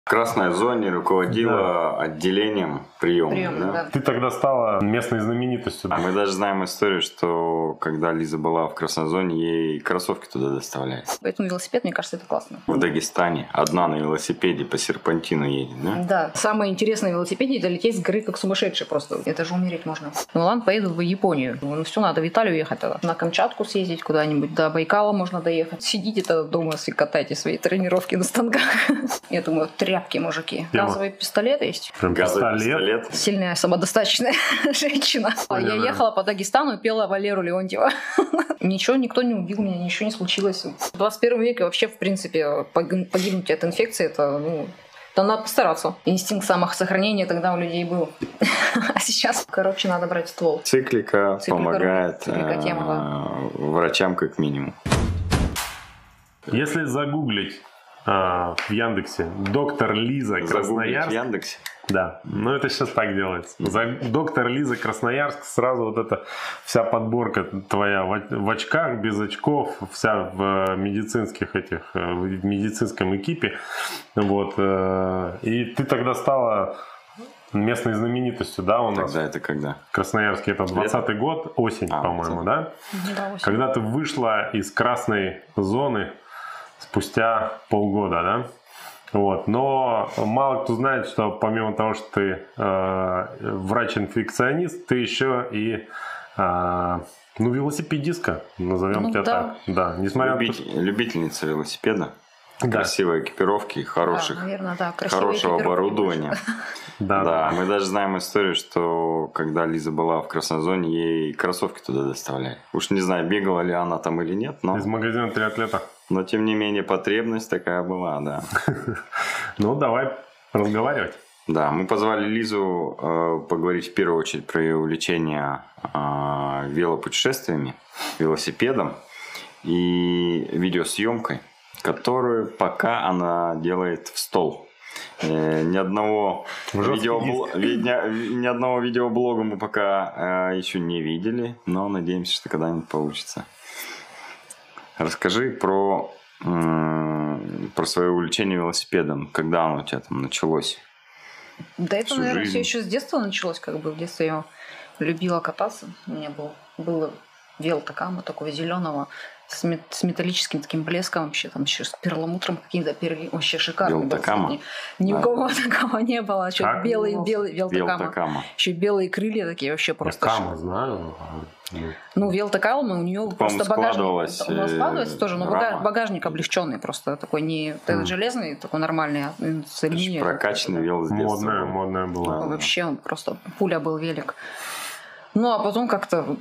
В красной зоне руководила отделением приема. Да? Ты тогда стала местной знаменитостью. А мы даже знаем историю, что когда Лиза была в красной зоне, ей кроссовки туда доставляли. Поэтому велосипед, мне кажется, это классно. В Дагестане одна на велосипеде по серпантину едет, да? Да. Самое интересное на велосипеде — это лететь с горы как сумасшедший просто. Это же умереть можно. Ну ладно, поеду в Японию. Ну все, надо в Италию ехать тогда. На Камчатку съездить куда-нибудь. До Байкала можно доехать. Сидите-то дома и катайте свои тренировки на станках. Я думаю, тряпки, мужики. Газовый пистолет есть. Газовый пистолет. Сильная, самодостаточная женщина. Я ехала по Дагестану и пела Валеру Леонтьева. Ничего, никто не убил меня, ничего не случилось. В 21 веке вообще, в принципе, погибнуть от инфекции — это, то надо постараться. Инстинкт самосохранения тогда у людей был. А сейчас, короче, надо брать ствол. Циклика помогает тема, врачам как минимум. Если загуглить в Яндексе доктор Лиза Красноярск. В Яндексе? Да, но это сейчас так делается. Доктор Лиза Красноярск, сразу вот эта вся подборка твоя в очках, без очков, вся в медицинских в медицинском экипе. Вот. И ты тогда стала местной знаменитостью, да, у нас? Тогда это когда? В Красноярске это 20-й год, осень, по-моему, да? Да, осень. Когда ты вышла из красной зоны спустя полгода, да? Вот. Но мало кто знает, что помимо того, что ты врач-инфекционист, ты еще и велосипедистка, назовем тебя так. Да. Несмотря Любительница велосипеда, красивой экипировки, хорошего оборудования. Да, мы даже знаем историю, что когда Лиза была в красной зоне, ей кроссовки туда доставляли. Уж не знаю, бегала ли она там или нет, но... Из магазина «Триатлета». Но, тем не менее, потребность такая была, да. Ну, давай разговаривать. Да, мы позвали Лизу поговорить в первую очередь про ее увлечение велопутешествиями, велосипедом и видеосъемкой, которую пока она делает в стол. Ни одного видеоблога мы пока еще не видели, но надеемся, что когда-нибудь получится. Расскажи про свое увлечение велосипедом. Когда оно у тебя там началось? Да это, наверное, все еще с детства началось. В детстве я любила кататься. У меня было велотакама такого зеленого с металлическим таким блеском, вообще там еще с перламутром каким-то, вообще шикарный. Велотакама? Ни у кого такого не было. Еще белый велотакама. Еще белые крылья такие, вообще просто. Такама знаю. Велотакама у нее просто багажник. У нас складывается тоже, но багажник облегченный просто такой, не железный, такой нормальный, а с алюминия. Прокачанный вело с детства. Модная была. Вообще он просто пуля был велик. А потом как-то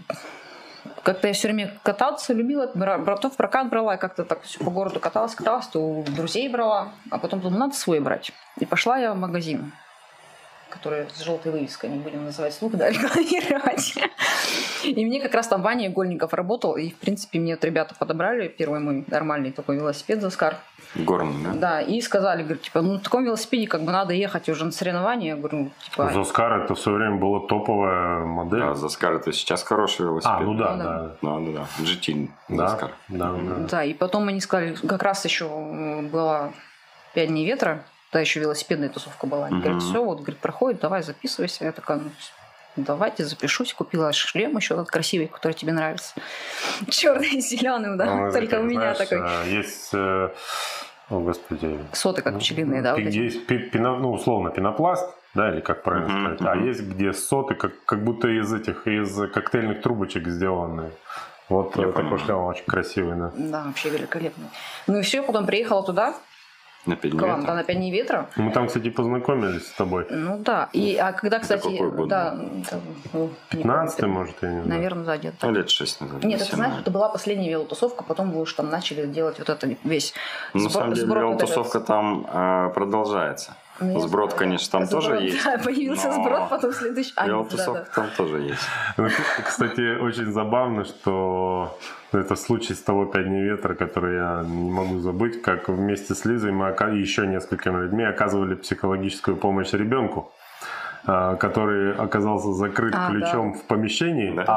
я все время кататься любила, братов в прокат брала, и как-то так все по городу каталась, то у друзей брала, а потом думала, надо свой брать. И пошла я в магазин, который с желтой вывеской, не будем называть слух, рекламировать. И мне как раз там Ваня Игольников работал, и, в принципе, мне ребята подобрали первый мой нормальный такой велосипед «Заскар». Горный, да? Да, и сказали, говорят, на таком велосипеде надо ехать уже на соревнования. Я говорю, «Заскар» это в свое время была топовая модель. Да, «Заскар» это сейчас хороший велосипед. Да. GT «Заскар». Да, и потом они сказали, как раз еще было 5 дней ветра, да, еще велосипедная тусовка была. Они говорят, все, проходит, давай записывайся. Я такая, давайте запишусь. Купила шлем еще этот красивый, который тебе нравится. Черный и зеленый, да. Только у меня такой. Есть, господи. Соты как пчелиные, да. Есть, условно, пенопласт, да, или как правильно сказать. А есть где соты, как будто из коктейльных трубочек сделанные. Вот такой шлем очень красивый, да. Да, вообще великолепный. И все, потом приехала туда. На 5 дней ветра. Да, на 5 дней ветра. Мы там, кстати, познакомились с тобой. Да. А когда, кстати... Какой год? Да, 15-й, может, я не знаю. Наверное, да, где-то. Лет 6 назад. Нет, ты знаешь, это была последняя велотусовка, потом вы уж там начали делать вот это весь на самом деле, велотусовка там продолжается. Сброд, конечно, там тоже есть. Да, появился сброд, потом следующий. Велотусовка там тоже есть. Кстати, очень забавно, что это случай с того 5 дней ветра, который я не могу забыть, как вместе с Лизой мы и еще несколькими людьми оказывали психологическую помощь ребенку, который оказался закрыт ключом в помещении, да.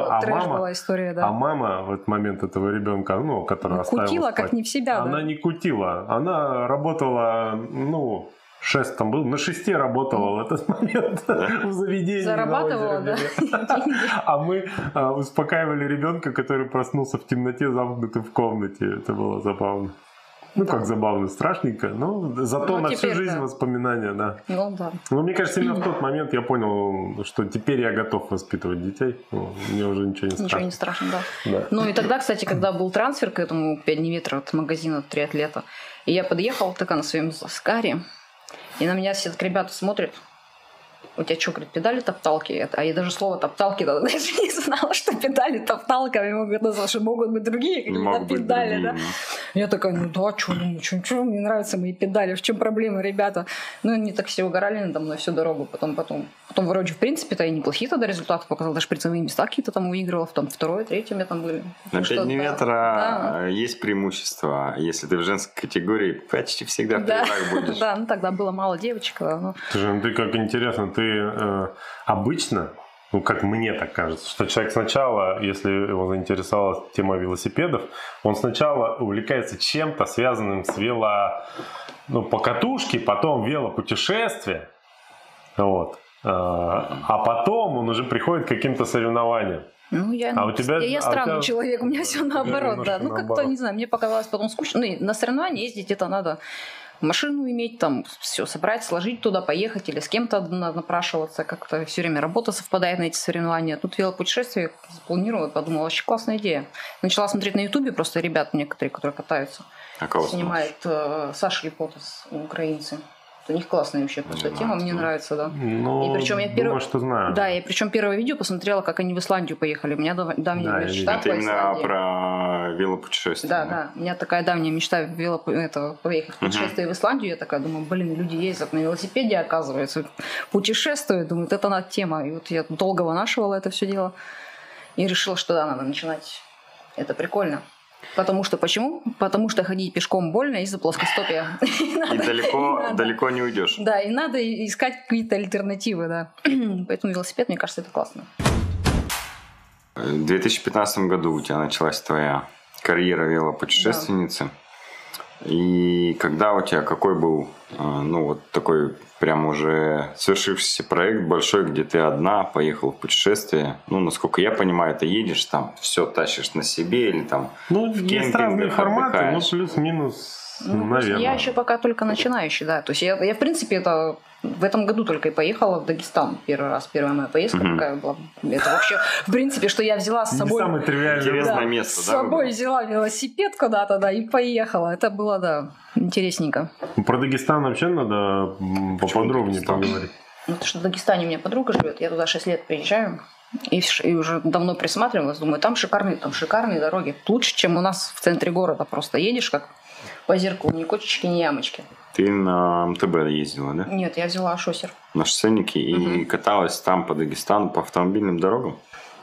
А мама в этот момент этого ребенка, которая оставила кутила спать, как не в себя. Она не кутила, она работала, 6 там был, на 6 работала в этот момент в заведении. Зарабатывала, да. А мы успокаивали ребенка, который проснулся в темноте, замкнутый в комнате. Это было забавно. Ну, как забавно, страшненько, но зато на всю жизнь воспоминания, да. Ну, да. Но мне кажется, именно в тот момент я понял, что теперь я готов воспитывать детей. Мне уже ничего не страшно. Ничего не страшно, да. Ну, и тогда, кстати, когда был трансфер к этому 5 дней ветра от магазина 3 атлета, и я подъехала такая на своем Заскаре, и на меня все так ребята смотрят. У тебя что, говорит, педали топталки? А я даже слово топталки даже не знала, что педали топталками могут назвать, что могут быть другие какие-то педали, да. Я такая, ну да, что, мне нравятся мои педали, в чем проблема, ребята? Ну, они так все угорали надо мной всю дорогу, потом вроде, в принципе-то и неплохие тогда результаты показал, даже призовые места какие-то там выигрывал, там 2-й, 3-й у меня там были. На 5 дней ветра есть преимущество, если ты в женской категории, почти всегда в первых будешь. Да, ну тогда было мало девочек. Слушай, ну ты как интересно, ты обычно, ну как мне так кажется, что человек сначала, если его заинтересовала тема велосипедов, он сначала увлекается чем-то связанным с покатушки, потом велопутешествия, вот, а потом он уже приходит к каким-то соревнованиям. Ну, я странный человек, у меня все наоборот, да. Ну, как-то, не знаю, мне показалось потом скучно. Ну, на соревнования ездить это надо машину иметь, там все собрать, сложить туда, поехать или с кем-то напрашиваться. Как-то все время работа совпадает на эти соревнования. Тут велопутешествие запланировала, подумала, вообще классная идея. Начала смотреть на Ютубе просто ребят некоторые, которые катаются. Снимает Саша Липотас, украинцы. У них классная вообще просто тема, мне нравится, да. Ну, и причем я думаю, что знаю. Да, и причем первое видео посмотрела, как они в Исландию поехали. У меня давняя мечта по Исландии. Это именно про велопутешествие. Да. У меня такая давняя мечта поехать в путешествие в Исландию. Я такая думаю, люди ездят на велосипеде, оказывается, путешествуют. Думаю, это надо тема. И вот я долго вынашивала это все дело. И решила, что да, надо начинать. Это прикольно. Почему? Потому что ходить пешком больно из-за плоскостопия. И далеко не уйдешь. Да, и надо искать какие-то альтернативы, да. Поэтому велосипед, мне кажется, это классно. В 2015 году у тебя началась твоя карьера велопутешественницы. Да. И когда у тебя какой был, такой прям уже свершившийся проект большой, где ты одна поехала в путешествие? Ну, насколько я понимаю, ты едешь там, все тащишь на себе или там в есть разные форматы, но плюс-минус, наверное. Я еще пока только начинающий, да. То есть я в принципе, это в этом году только и поехала в Дагестан первый раз. Первая моя поездка такая была. Это вообще, в принципе, что я взяла с собой... Не самое тривиальное место, с собой взяла велосипед куда-то, да, и поехала. Это было, да, интересненько. Про Дагестан вообще надо поподробнее поговорить. Ну, потому что в Дагестане у меня подруга живет, я туда 6 лет приезжаю. И уже давно присматривалась, думаю, там шикарные дороги. Лучше, чем у нас в центре города. Просто едешь как по зеркалу, ни кочечки, ни ямочки. Ты на МТБ ездила, да? Нет, я взяла шоссер. На шоссейнике и каталась там по Дагестану по автомобильным дорогам?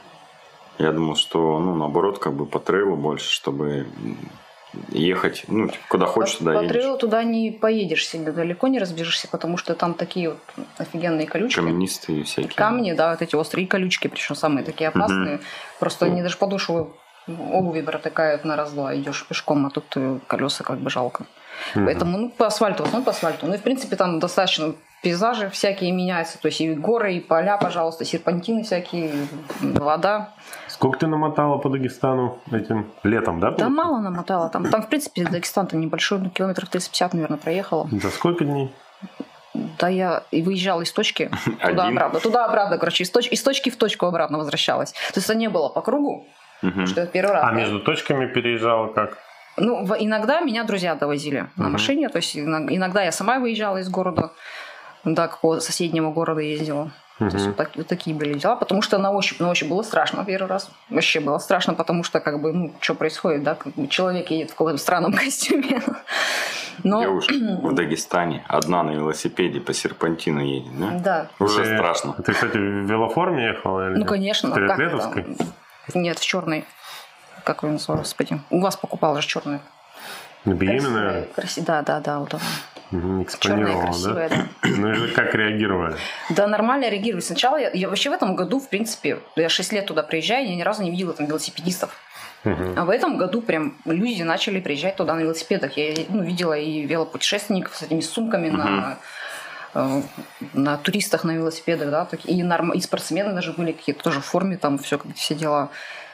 Я думал, что, наоборот, как бы по трейлу больше, чтобы ехать, куда хочешь, туда едешь. По трейлу туда не поедешь сильно далеко, не разбежишься, потому что там такие вот офигенные колючки. Каменистые всякие. Камни, да, вот эти острые колючки, причем самые такие опасные. Просто они даже подошву обуви протыкают на раз-два, идешь пешком, а тут колеса как бы жалко. Поэтому, по асфальту, в основном по асфальту. Ну и в принципе там достаточно пейзажи всякие меняются, то есть и горы, и поля, пожалуйста, серпантины всякие, вода. Сколько ты намотала по Дагестану этим летом, да? Да мало намотала. Там в принципе, Дагестан-то небольшой, километров 350, наверное, проехала. За сколько дней? Да, я и выезжала из точки туда-обратно, короче, из точки в точку обратно возвращалась. То есть это не было по кругу, что это первый раз. А между точками переезжала как? Ну, иногда меня друзья довозили на машине, то есть иногда я сама выезжала из города, да, какого соседнего города ездила. То есть вот такие были дела, потому что на ощупь было страшно первый раз. Вообще было страшно, потому что что происходит, да, как бы человек едет в каком-то странном костюме. Девушка в Дагестане одна на велосипеде по серпантину едет, да? Да. Уже страшно. Ты, кстати, в велоформе ехала? Ну, конечно. В триатлетовской? Нет, в черной. Как вы назвали, господи? У вас покупала же черную. Беременная? Да, вот она. Экспонировала, красивая, да? Ну и как реагировали? Да, нормально реагировали. Сначала я вообще в этом году, в принципе, я 6 лет туда приезжаю, я ни разу не видела там велосипедистов. А в этом году прям люди начали приезжать туда на велосипедах. Я видела и велопутешественников с этими сумками на туристах на велосипедах, да, и спортсмены даже были какие-то тоже в форме, там все дела.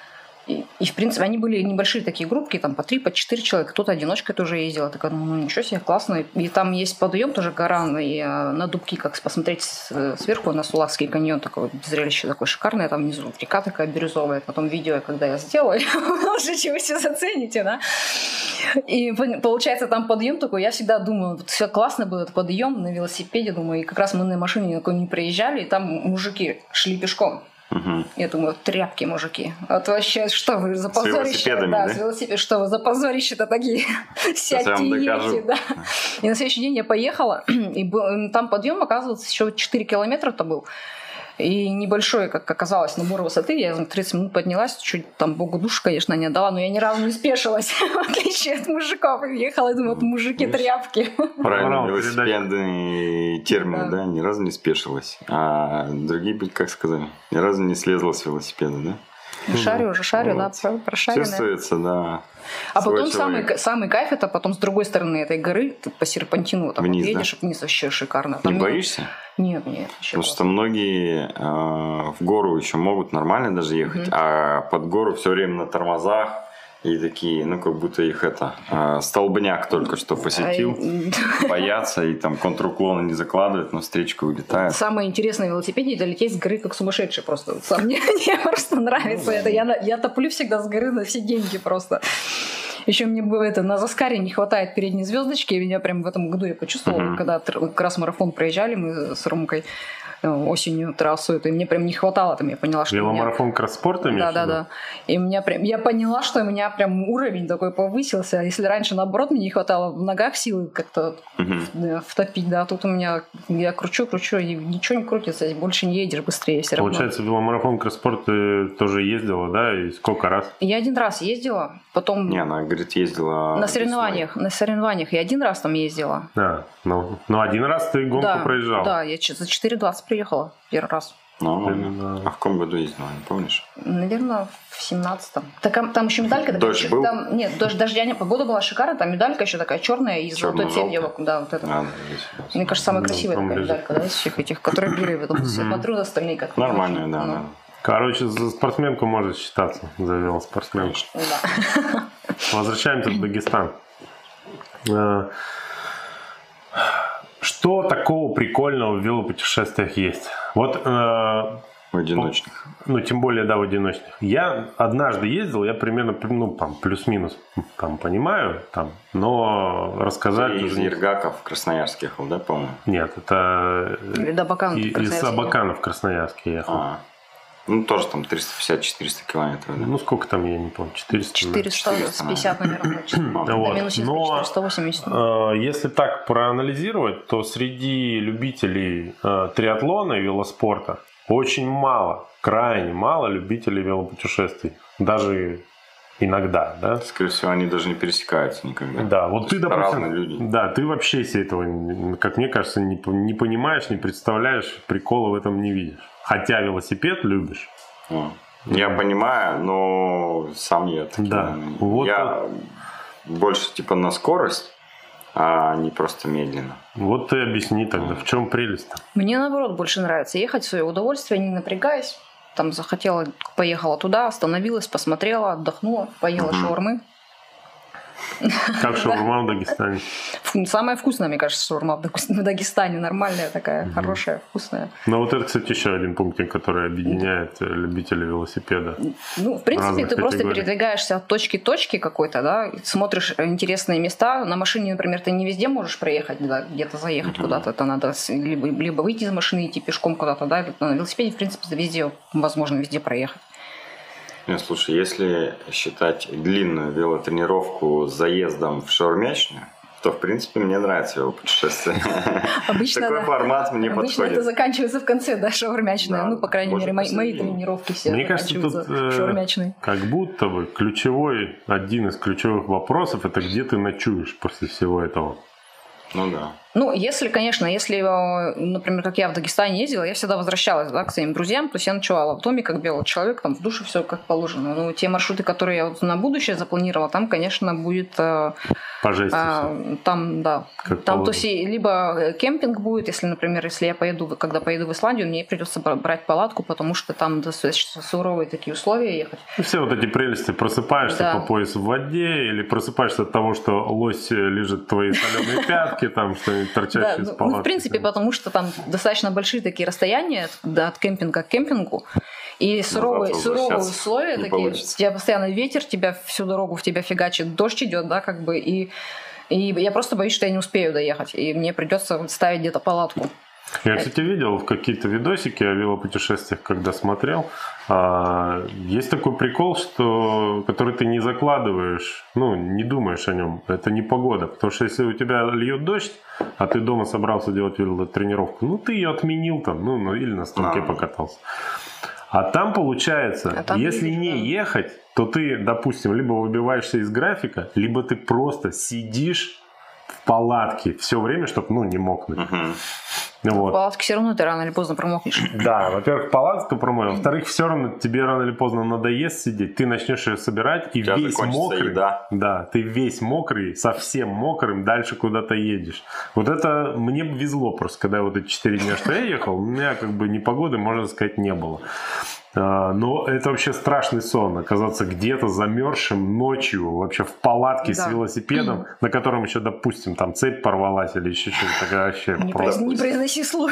И, в принципе, они были небольшие такие группки, там по 3, по 4 человека. Кто-то одиночкой тоже ездил. Я такая, ну ничего себе, классно. И там есть подъем тоже гора, и на Дубки, как посмотреть сверху на Сулакский каньон, такое зрелище такое шикарное. Там внизу река такая бирюзовая. Потом видео, когда я сделаю, уже чего все зацените, да. И получается, там подъем такой. Я всегда думаю, вот все классно был этот подъем на велосипеде, думаю. И как раз мы на машине никакой не проезжали, и там мужики шли пешком. Я думаю, тряпки, мужики. А то вообще, что вы за позорище? Да, с велосипедом. Что вы за позорище-то такие? Сядьте и едьте, да. И на следующий день я поехала, и там подъем, оказывается, еще 4 километра-то был. И небольшой, как оказалось, набор высоты. Я за 30 минут поднялась, чуть там богу душу, конечно, не отдала, но я ни разу не спешилась, в отличие от мужиков. И ехала и думаю, вот мужики тряпки. Правильно, велосипедный термин, да, ни разу не спешилась. А другие, как сказали, ни разу не слезла с велосипеда, да? Шарю, да, прошаренная. Чувствуется, да. А потом самый кайф, это потом с другой стороны этой горы, ты по серпантину там вниз, едешь, да? Вниз вообще шикарно. Не боишься? Нет. Потому что многие в гору еще могут нормально даже ехать, а под гору все время на тормозах. И такие, ну, как будто их столбняк только что посетил, боятся и там контруклоны не закладывают, но встречку улетают. Самое интересное в велосипеде — это лететь с горы как сумасшедший просто. Мне просто нравится это. Я топлю всегда с горы на все деньги просто. Еще мне на Заскаре не хватает передней звездочки. Меня прям в этом году я почувствовала, когда как раз марафон проезжали мы с Ромкой осенью трассу, и мне прям не хватало, там я поняла, что веломарафон кросспорта? Да. И я поняла, что у меня прям уровень такой повысился. Если раньше, наоборот, мне не хватало в ногах силы как-то втопить, да, тут у меня я кручу, и ничего не крутится, больше не едешь быстрее все равно. Получается, веломарафон кросспорт ты тоже ездила, да, и сколько раз? Я один раз ездила, потом... Не, она, говорит, ездила... На соревнованиях я один раз там ездила. Ну один раз ты гонку проезжала. Да, я за 4:20 приехала первый раз. А в каком году ездила, не помнишь? Наверное, в 17-м. Там еще медалька такая. Дождь был? Нет, дождя не, погода была шикарная, там медалька еще такая черная и золотой цепью. Да, вот это. Мне кажется, самая красивая такая медалька, да, из всех этих, которые были. Смотрю на остальные как. Нормальная, да. Короче, за спортсменку может считаться, за велоспортсменку. Да. Возвращаемся в Дагестан. Что такого прикольного в велопутешествиях есть? Вот в одиночных. Тем более, да, в одиночных. Я однажды ездил, я примерно, плюс-минус понимаю, но рассказать... Ты из Ергаков в Красноярск ехал, да, по-моему? Нет, это... Из Абакана в Красноярск ехал. Тоже там 350-400 километров, да? Ну, сколько там, я не помню, 450, наверное. Но 480. Если так проанализировать, то среди любителей триатлона и велоспорта очень мало, крайне мало любителей велопутешествий. Даже иногда, да? Скорее всего, они даже не пересекаются никогда. Да, вот ты, допустим, разные люди. Да, ты вообще этого, как мне кажется, не понимаешь, не представляешь, прикола в этом не видишь. Хотя велосипед любишь. Я понимаю, но сам я таки, да. Я больше типа на скорость, а не просто медленно. Вот ты объясни тогда, в чем прелесть-то? Мне наоборот больше нравится ехать в свое удовольствие, не напрягаясь. Там захотела, поехала туда, остановилась, посмотрела, отдохнула, поела шаурмы. Как шаурма в Дагестане? Самая вкусная, мне кажется, шаурма в Дагестане. Нормальная такая, хорошая, вкусная. Ну вот это, кстати, еще один пункт, который объединяет любителей велосипеда. В принципе, ты просто передвигаешься от точки к точке какой-то, да, смотришь интересные места. На машине, например, ты не везде можешь проехать, да, где-то заехать куда-то. Это надо либо выйти из машины, идти пешком куда-то, да. На велосипеде, в принципе, везде возможно везде проехать. Нет, слушай, если считать длинную велотренировку с заездом в шаурмячную, то, в принципе, мне нравится велопутешествие. Такой формат мне подходит. Обычно это заканчивается в конце, да, шаурмячная. По крайней мере, мои тренировки все мне кажется, тут шаурмячной. Как будто бы один из ключевых вопросов — это где ты ночуешь после всего этого. Ну да. Если, например, как я в Дагестане ездила, я всегда возвращалась, да, к своим друзьям, то есть я ночевала в доме, как белый человек, там в душе все как положено. Те маршруты, которые я на будущее запланировала, там, конечно, будет По жести там, да. Там то есть либо кемпинг будет, если, например, когда поеду в Исландию, мне придется брать палатку, потому что там достаточно суровые такие условия ехать. И все вот эти прелести. Просыпаешься по пояс в воде, или просыпаешься от того, что лось лежит в твои соленые пятки, там что-нибудь торчащее из палатки. В принципе, потому что там достаточно большие такие расстояния от кемпинга к кемпингу. И суровые условия такие. У тебя постоянно ветер, всю дорогу в тебя фигачит, дождь идет, да, как бы. И я просто боюсь, что я не успею доехать. И мне придется ставить где-то палатку. Я, кстати, видел какие-то видосики о велопутешествиях, когда смотрел. Есть такой прикол, который ты не закладываешь, не думаешь о нем. Это не погода. Потому что если у тебя льет дождь, а ты дома собрался делать велотренировку, ты ее отменил там, или на станке покатался. А там получается, если не ехать, то ты, допустим, либо выбиваешься из графика, либо ты просто сидишь в палатке все время, чтобы не мокнуть. В палатке все равно ты рано или поздно промокнешь. Да, во-первых, палатку промоешь, во-вторых, все равно тебе рано или поздно надоест сидеть, ты начнешь ее собирать и весь мокрый, ты весь мокрый, совсем мокрым дальше куда-то едешь. Вот это мне везло просто, когда вот эти 4 дня, что я ехал, у меня как бы непогоды, можно сказать, не было. Но это вообще страшный сон, оказаться где-то замерзшим ночью, вообще в палатке с велосипедом, на котором еще, допустим, там цепь порвалась или еще что-то такое вообще. Не произноси слух.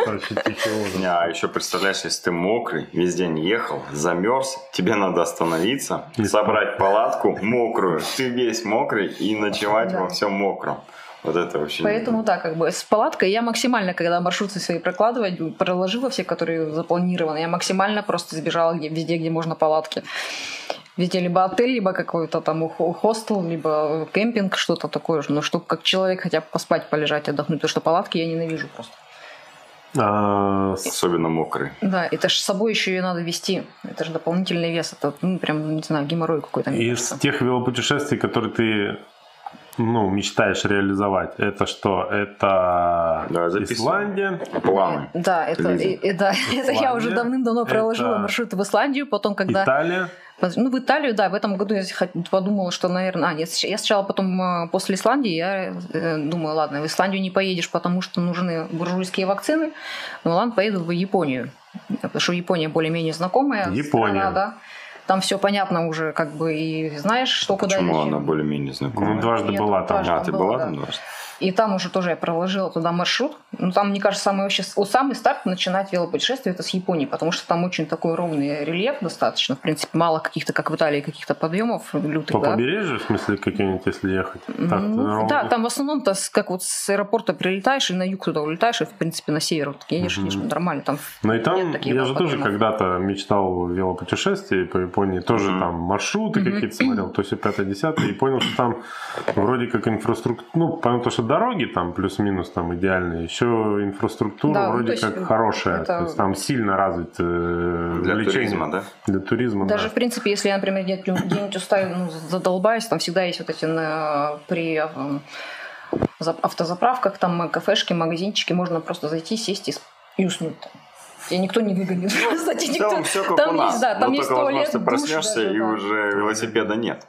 А еще представляешь, если ты мокрый, весь день ехал, замерз, тебе надо остановиться, собрать палатку мокрую, ты весь мокрый и ночевать во всем мокром. Вот это вообще. Поэтому как бы с палаткой я максимально, когда маршруты свои прокладывать, проложила все, которые запланированы, я максимально просто сбежала везде, где можно палатки. Везде либо отель, либо какой-то там хостел, либо кемпинг, что-то такое, чтобы как человек хотя бы поспать, полежать, отдохнуть, потому что палатки я ненавижу просто. Особенно мокрые. Да, это же с собой еще ее надо вести. Это же дополнительный вес. Это прям, не знаю, геморрой какой-то. Из тех велопутешествий, которые ты мечтаешь реализовать, это что? Это Исландия? Планы. Да, это я уже давным-давно проложила маршрут в Исландию, потом когда... Италия? В Италию, да, в этом году я подумала, что, наверное... Нет, я сначала потом после Исландии, я думаю, ладно, в Исландию не поедешь, потому что нужны буржуйские вакцины, но ладно, поеду в Японию, потому что Япония более-менее знакомая страна, да. Там все понятно уже, как бы, и знаешь, что куда. Почему она более-менее знакомая? Дважды была там. Ты была там дважды? И там уже тоже я проложила туда маршрут. Там, мне кажется, самый старт начинать велопутешествие это с Японии, потому что там очень такой ровный рельеф достаточно. В принципе, мало каких-то, как в Италии, каких-то подъемов лютых. По побережью, в смысле, какие-нибудь, если ехать? Да, там в основном-то, как вот с аэропорта прилетаешь и на юг туда улетаешь, и, в принципе, на север едешь, нормально. Там и там я же тоже когда-то мечтал о велопутешествии по Японии, тоже там маршруты какие-то смотрел, то есть 5-10, и понял, что там вроде как инфраструктура, понятно, что дороги там плюс-минус там идеальные, еще инфраструктура вроде как хорошая, то есть там сильно развит для туризма, да? Для туризма, даже, в принципе, если я, например, где-нибудь устаю, задолбаюсь, там всегда есть вот эти при автозаправках, там кафешки, магазинчики, можно просто зайти, сесть и уснуть там. Тебя никто не выгонит. Кстати, никто... Все как там у нас. Есть, да, там есть туалет, ты проснешься, и уже велосипеда нет.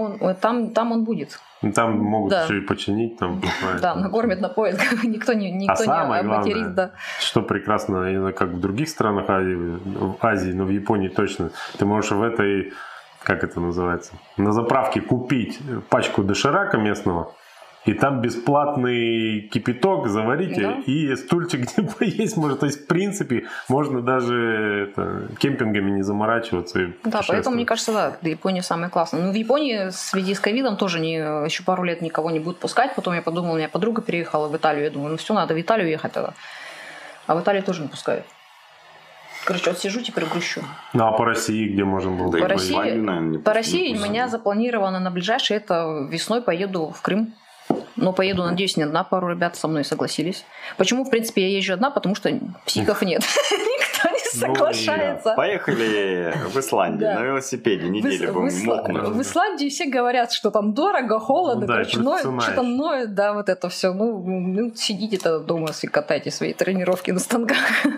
Там он будет. Там могут еще и починить. Да, накормят, напоят, никто не обматерит. Да. Что прекрасно, как в других странах в Азии, но в Японии точно, ты можешь в этой, как это называется, на заправке купить пачку доширака местного, и там бесплатный кипяток заварите, и стульчик где поесть можно. То есть, в принципе, можно даже кемпингами не заморачиваться. Да, поэтому, мне кажется, да, Япония самая классная. Но в Японии в связи с ковидом тоже еще пару лет никого не будут пускать. Потом я подумала, у меня подруга переехала в Италию. Я думаю, все, надо в Италию ехать тогда. А в Италию тоже не пускают. Короче, вот сижу, теперь грущу. А по России где можно было? По России у меня запланировано на ближайшее, это весной поеду в Крым. Но поеду, надеюсь, не одна, пару ребят со мной согласились. Почему, в принципе, я езжу одна? Потому что психов нет. Никто не соглашается. Поехали в Исландию на велосипеде, неделю будем мокнуть. В Исландии все говорят, что там дорого, холодно, короче, что-то ноет, да, вот это все. Сидите-то дома и катайте свои тренировки на станках.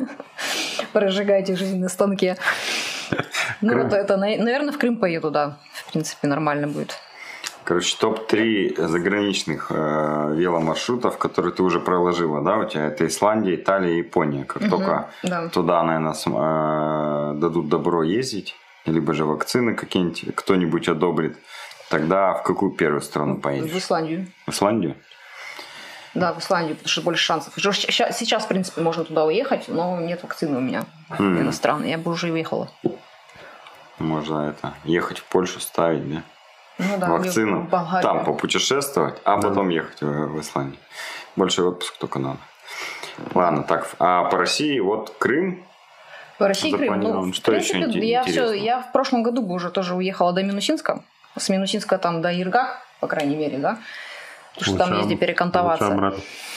Прожигайте жизнь на станке. Это, наверное, в Крым поеду, да. В принципе, нормально будет. Короче, топ-3 заграничных веломаршрутов, которые ты уже проложила, да, у тебя это Исландия, Италия, Япония. Как только туда, наверное, дадут добро ездить, либо же вакцины какие-нибудь, кто-нибудь одобрит, тогда в какую первую страну поедешь? В Исландию. В Исландию? Да, в Исландию, потому что больше шансов. Сейчас, в принципе, можно туда уехать, но нет вакцины у меня иностранной. Я бы уже уехала. Можно ехать в Польшу, ставить, да? Ну да, вакцину, там попутешествовать, а потом ехать в Исландию. Большой отпуск только надо. Ладно, так, а по России вот Крым. По России Крым. Ну, что в принципе, еще я в прошлом году бы уже тоже уехала до Минусинска. С Минусинска там до Иргак, по крайней мере, да? Потому что там езди перекантоваться.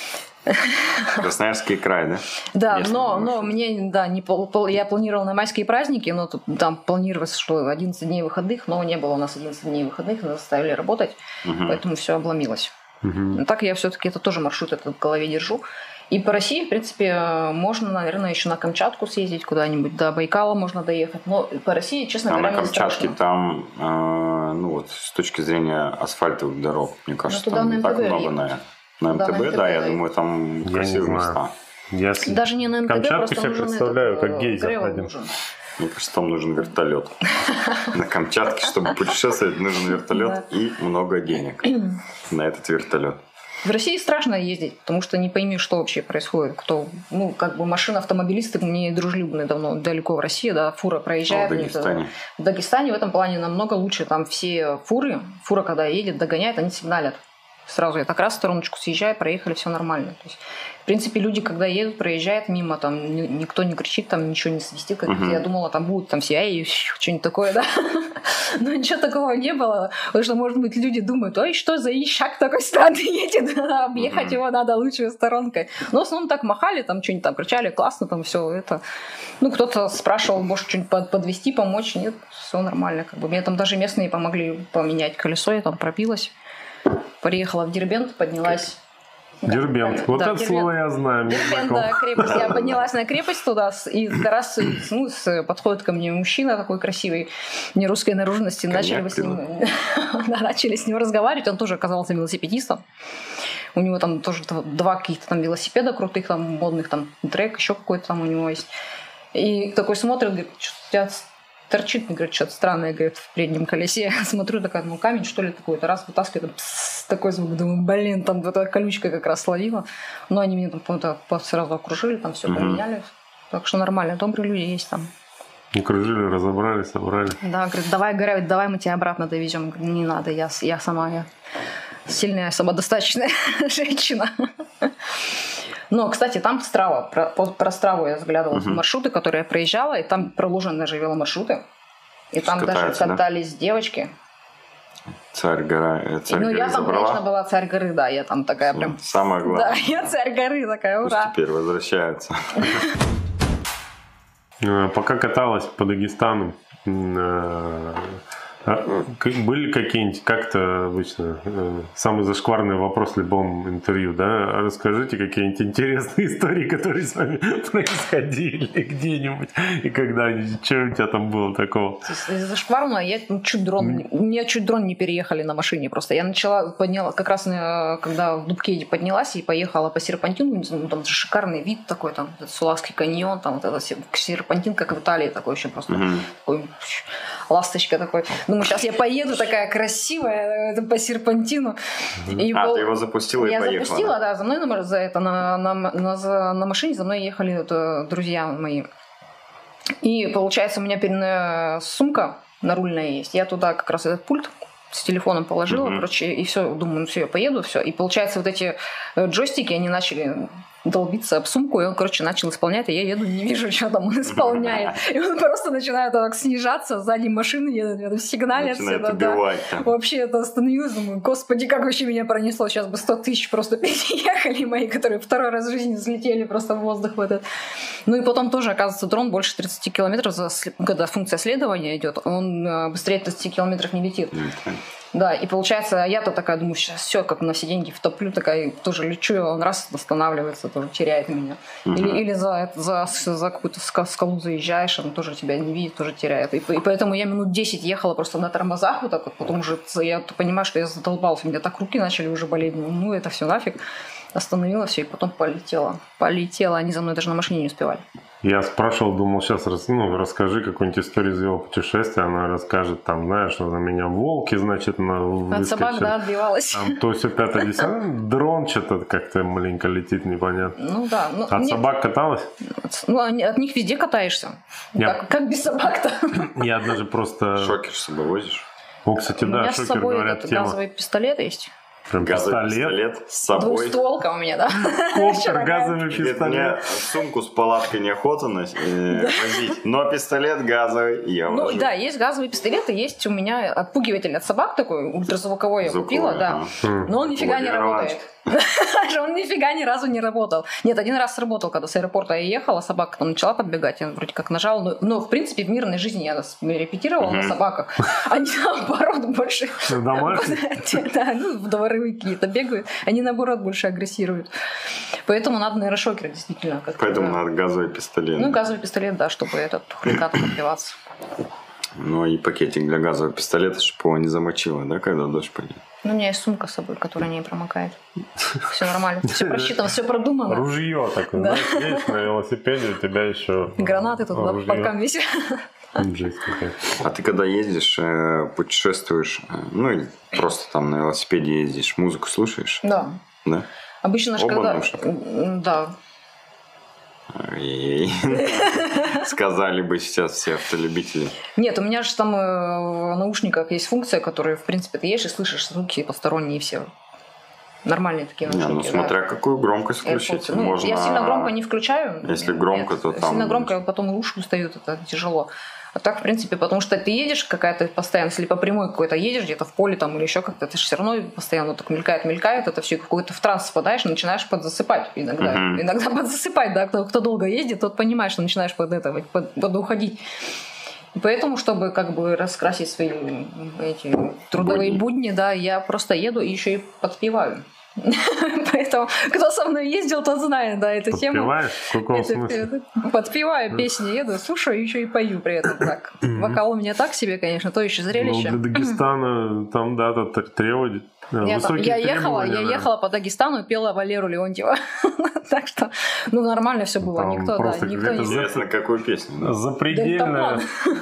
Красноярский край, да? Да, но мне, да, я планировала на майские праздники, но тут там планировалось, что 11 дней выходных, но не было у нас 11 дней выходных, нас заставили работать, поэтому все обломилось. Но так я все-таки это тоже маршрут этот в голове держу. И по России, в принципе, можно, наверное, еще на Камчатку съездить куда-нибудь, до Байкала можно доехать, но по России, честно говоря, на Камчатке там, ну вот, с точки зрения асфальтовых дорог, мне кажется, там не так много, наверное. На МТБ, да, я думаю, там красивые места. Даже не на МТБ, Камчатку себе представляю, как гейзер один. Мне кажется, там нужен вертолет. На Камчатке, чтобы путешествовать, нужен вертолет и много денег на этот вертолет. В России страшно ездить, потому что не пойми, что вообще происходит. Ну, как бы машины, автомобилисты не дружелюбные давно, далеко в России, да, фура проезжает. В Дагестане в этом плане намного лучше. Там все фура, когда едет, догоняет, они сигналят. Сразу я так раз в стороночку съезжаю, проехали, все нормально. То есть, в принципе, люди, когда едут, проезжают мимо, там никто не кричит, там ничего не свистит. Как я думала, там будут там все, что-нибудь такое, да. Но ничего такого не было. Потому что, может быть, люди думают, ой, что за ищак такой странный едет, объехать его надо лучшей сторонкой. Но в основном так махали, там что-нибудь там кричали, классно, там все это. Ну, кто-то спрашивал, может, что-нибудь подвезти, помочь. Нет, все нормально. Как бы. Мне там даже местные помогли поменять колесо, я там пробилась. Приехала в Дербент, поднялась. Дербент. Вот это слово я знаю. Дербент, да, крепость. Я поднялась на крепость туда, и раз подходит ко мне мужчина такой красивый, не русской наружности, начали с ним разговаривать. Он тоже оказался велосипедистом. У него там тоже 2 каких-то там велосипеда крутых, там модных, там трек, еще какой-то там у него есть. И такой смотрит, говорит, что у тебя торчит, говорит, что-то странное, говорит, в переднем колесе. Смотрю, такая, ну, камень, что ли, такой-то. Раз вытаскиваю, такой звук, думаю, блин, там вот эта колючка как раз словила. Но они меня там сразу окружили, там все поменяли. Так что нормально, добрые люди есть там. Окружили, разобрали, собрали. Да, говорит, давай мы тебя обратно довезем. Говорю, не надо, я сама, я сильная, самодостаточная женщина. Но, кстати, там Страва, про Страву я заглядывала в маршруты, которые я проезжала, и там проложены даже веломаршруты. И там даже катались девочки. Царь горы я там, забрала. конечно, была царь горы, да, я там такая прям... Самое главное. Да, я царь горы такая, ура. Пусть теперь возвращаются. Пока каталась по Дагестану, были какие-нибудь, как-то обычно, самый зашкварный вопрос в любом интервью, да? Расскажите какие-нибудь интересные истории, которые с вами происходили где-нибудь и когда-нибудь. Что у тебя там было такого? Зашкварно, меня чуть дрон не переехали на машине просто. Я подняла, как раз когда в Дубке поднялась и поехала по серпантину, там шикарный вид такой, там Сулавский каньон, там вот этот серпантин, как в Италии, такой еще просто, такой, ласточка такой. Думаю, сейчас я поеду такая красивая по серпантину. И ты его запустила и поехала? Я запустила, да, за мной на машине за мной ехали друзья мои. И получается, у меня сумка нарульная есть. Я туда как раз этот пульт с телефоном положила, короче, и все, думаю, ну все, я поеду, все. И получается, вот эти джойстики, они начали долбиться об сумку, и он, короче, начал исполнять, а я еду, не вижу, что там он исполняет. И он просто начинает так снижаться, сзади машины едут, сигналят. Начинает убивать. Вообще это остановилось, думаю, господи, как вообще меня пронесло, сейчас бы 100 тысяч просто переехали мои, которые второй раз в жизни взлетели просто в воздух в этот. Ну и потом тоже, оказывается, дрон больше 30 километров, когда функция следования идет, он быстрее 30 километров не летит. Да, и получается, я-то такая думаю, сейчас все, как на все деньги втоплю, такая тоже лечу, и он раз останавливается, тоже теряет меня. Или за какую-то скалу заезжаешь, он тоже тебя не видит, тоже теряет. И поэтому я минут 10 ехала просто на тормозах вот так вот, потом уже я понимаю, что я задолбалась, у меня так руки начали уже болеть, ну это все нафиг. Остановила все и потом полетела. Они за мной даже на машине не успевали. Я спрашивал, думал, сейчас расскажи какую-нибудь историю из его путешествия. Она расскажет, там, знаешь, что на меня волки, значит, от собак, да, отбивалась. Там то все 5-10. Дрон что-то как-то маленько летит, непонятно. Ну да. От собак каталась? Ну, от них везде катаешься. Как без собак-то? Я даже просто... Шокер с собой возишь? Кстати, да, у меня шокер, с собой говорят, этот тема. газовый пистолет есть. Прям газовый пистолет с собой. Двухстволка у меня, да. Коптер, газовый пистолет. Мне сумку с палаткой неохота возить, но пистолет газовый я вожу. Ну да, есть газовые пистолеты, есть у меня отпугиватель от собак такой, ультразвуковой я купила, да. Но он нифига не работает. Он нифига ни разу не работал. Нет, один раз сработал, когда с аэропорта я ехала, собака там начала подбегать, я вроде как нажала. Но в принципе в мирной жизни я репетировала на собаках. Они наоборот больше... Домашние? Да, ну дворовые какие-то бегают. Они наоборот больше агрессируют. Поэтому надо нейрошокер действительно. Поэтому надо газовый пистолет. Ну газовый пистолет, да, чтобы этот хулиган отбиваться. Ну и пакетик для газового пистолета, чтобы его не замочило, да, когда дождь пойдет. Ну, у меня есть сумка с собой, которая не промокает. Все нормально, все просчитано, все продумано. Ружье такое, да. Знаешь, есть на велосипеде, у тебя еще... Гранаты тут по бокам висят. Жесть какая. А ты когда ездишь, путешествуешь, ну или просто там на велосипеде ездишь, музыку слушаешь? Да. Да? Обычно же когда... Да. Сказали бы сейчас все автолюбители. Нет, у меня же там в наушниках есть функция, которая, в принципе, ты едешь и слышишь звуки посторонние все. Нормальные такие наушники. Ну, смотря какую громкость включить. Ну, можно... Я сильно громко не включаю. Если громко, то там... Сильно громко, потом уши устают, это тяжело. А так, в принципе, потому что ты едешь какая-то постоянно, если по прямой какой-то едешь, где-то в поле там или еще как-то, ты же все равно постоянно так мелькает, это все какой-то в транс впадаешь, начинаешь подзасыпать иногда. Иногда подзасыпать, да, кто долго ездит, тот понимает, что начинаешь подуходить. И поэтому, чтобы как бы раскрасить свои эти трудовые будни, да, я просто еду и еще и подпеваю. Поэтому, кто со мной ездил, тот знает, да, эту тему. Подпеваешь? В каком смысле? Подпеваю песни, еду, слушаю, еще и пою при этом. Так. Вокал у меня так себе, конечно, то еще зрелище. Ну, для Дагестана там, да, требует. Я ехала по Дагестану и пела Валеру Леонтьева. Так что, ну, нормально все было. Никто не... Интересно, какую песню? Запредельная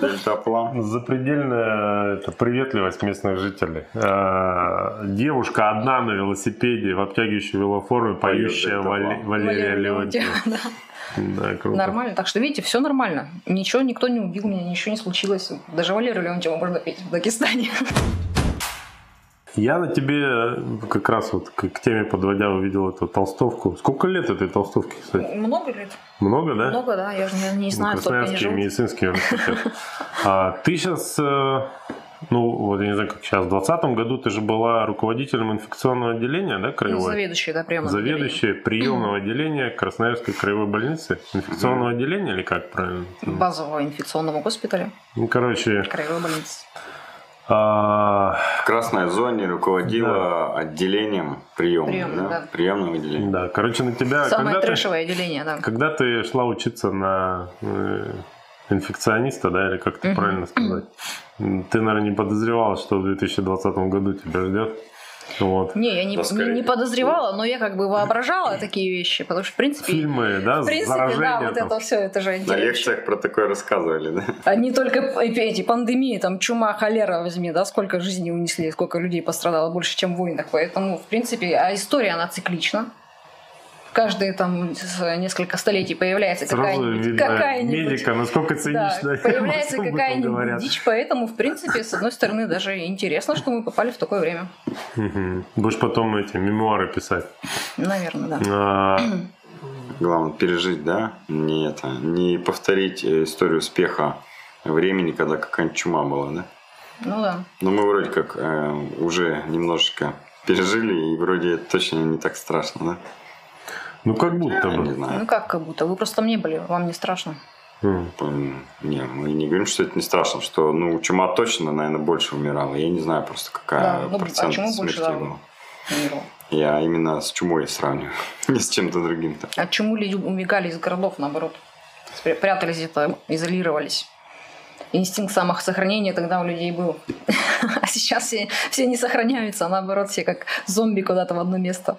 Дельтаплан. Приветливость местных жителей. Девушка одна на велосипеде в обтягивающей велоформе, поющая Валерия Леонтьева. Да, круто. Нормально. Так что, видите, все нормально. Никто не убил меня, ничего не случилось. Даже Валеру Леонтьеву можно петь в Дагестане. Я на тебе как раз вот к теме подводя увидел эту толстовку. Сколько лет этой толстовке, кстати? Много лет. Много, да? Много, да. Я же не знаю, сколько они живут. Медицинский университет. Ты сейчас, ну вот я не знаю, как сейчас, в 2020 году ты же была руководителем инфекционного отделения, да, краевой? Заведующей, да, приемного отделения. Заведующей приемного отделения Красноярской краевой больницы. Инфекционного отделения или как правильно? Базового инфекционного госпиталя. Ну, короче... Краевой больницы. В красной зоне руководила отделением приемного, да? Приемного отделения. Да, короче, на тебя... Самое трэшевое отделение, да. Когда ты шла учиться на инфекциониста, да, или как это правильно сказать, ты, наверное, не подозревала, что в 2020 году тебя ждет? Вот. Не, я не подозревала, но я как бы воображала такие вещи, потому что, в принципе... Фильмы, да, в принципе, да, вот это все, это же интересно. На лекциях про такое рассказывали, да? А не только эти пандемии, там чума, холера возьми, да, сколько жизней унесли, сколько людей пострадало, больше, чем в войнах. Поэтому, в принципе, а история, она циклична. Каждые там несколько столетий появляется какая-нибудь медика, насколько цинично. Да, появляется какая-нибудь дичь, поэтому, в принципе, с одной стороны, даже интересно, что мы попали в такое время. Будешь потом эти мемуары писать. Наверное, да. Главное пережить, да? Не повторить историю успеха времени, когда какая-нибудь чума была, да? Ну да. Но мы вроде как уже немножечко пережили, и вроде точно не так страшно, да? Ну, как будто бы. Ну, как будто? Вы просто там не были, вам не страшно. Не, мы не говорим, что это не страшно, что, ну, чума точно, наверное, больше умирала. Я не знаю просто, какая процент смерти была. Я именно с чумой сравниваю, не с чем-то другим-то. А чему люди убегали из городов, наоборот? Прятались где-то, изолировались. Инстинкт самосохранения тогда у людей был. А сейчас все не сохраняются, а наоборот, все как зомби куда-то в одно место.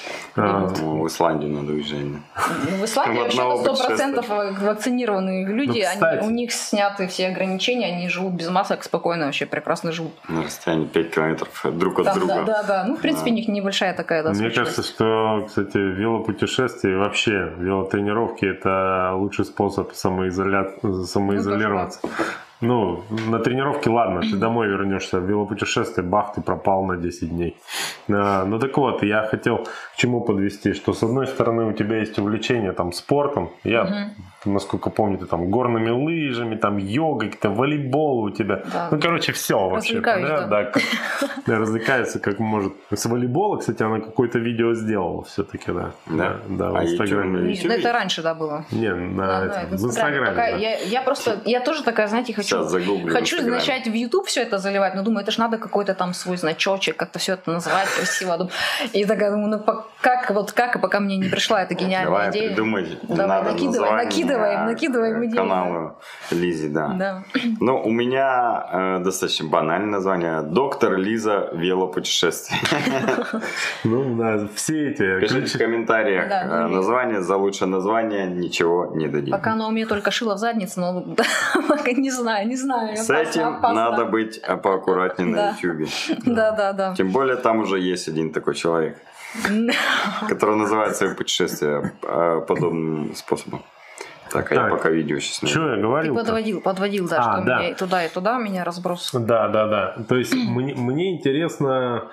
В Исландию надо уезжать. В Исландии вообще 100% вакцинированные люди, у них сняты все ограничения, они живут без масок спокойно, вообще прекрасно живут. На расстоянии 5 километров друг от друга. Да. Ну, в принципе, у них небольшая такая Мне кажется, что, кстати, велопутешествия и вообще велотренировки – это лучший способ самоизолироваться. Ну, на тренировке ладно, ты домой вернешься, в велопутешествие, бах, ты пропал на 10 дней. Ну так вот, я хотел к чему подвести, что с одной стороны у тебя есть увлечение там спортом, я, насколько помню, ты там горными лыжами, там йогой, какие-то волейбол у тебя, ну короче, все вообще. Да, развлекается как может. С волейбола, кстати, она какое-то видео сделала все-таки, да. Да, в Инстаграме. Это раньше, да, было. Не, в Инстаграме. Я тоже такая, знаете, хочу начать в YouTube все это заливать, но думаю, это же надо какой-то там свой значочек, как-то все это называть красиво. И такая думаю, ну как, и пока мне не пришла эта гениальная идея. Давай накидываем идею. Каналу Лизи, да. Ну, у меня достаточно банальное название. Доктор Лиза велопутешествие. Ну, да, все эти... Пишите в комментариях название, за лучшее название ничего не дадим. Пока оно у меня только шило в заднице, но не знаю. С этим надо быть поаккуратнее на YouTube. Да. Тем более там уже есть один такой человек, который называет свои путешествия подобным способом. Так, я пока видео сейчас... Что я говорил? Ты подводил, да, что меня и туда меня разброс. Да. То есть мне интересно...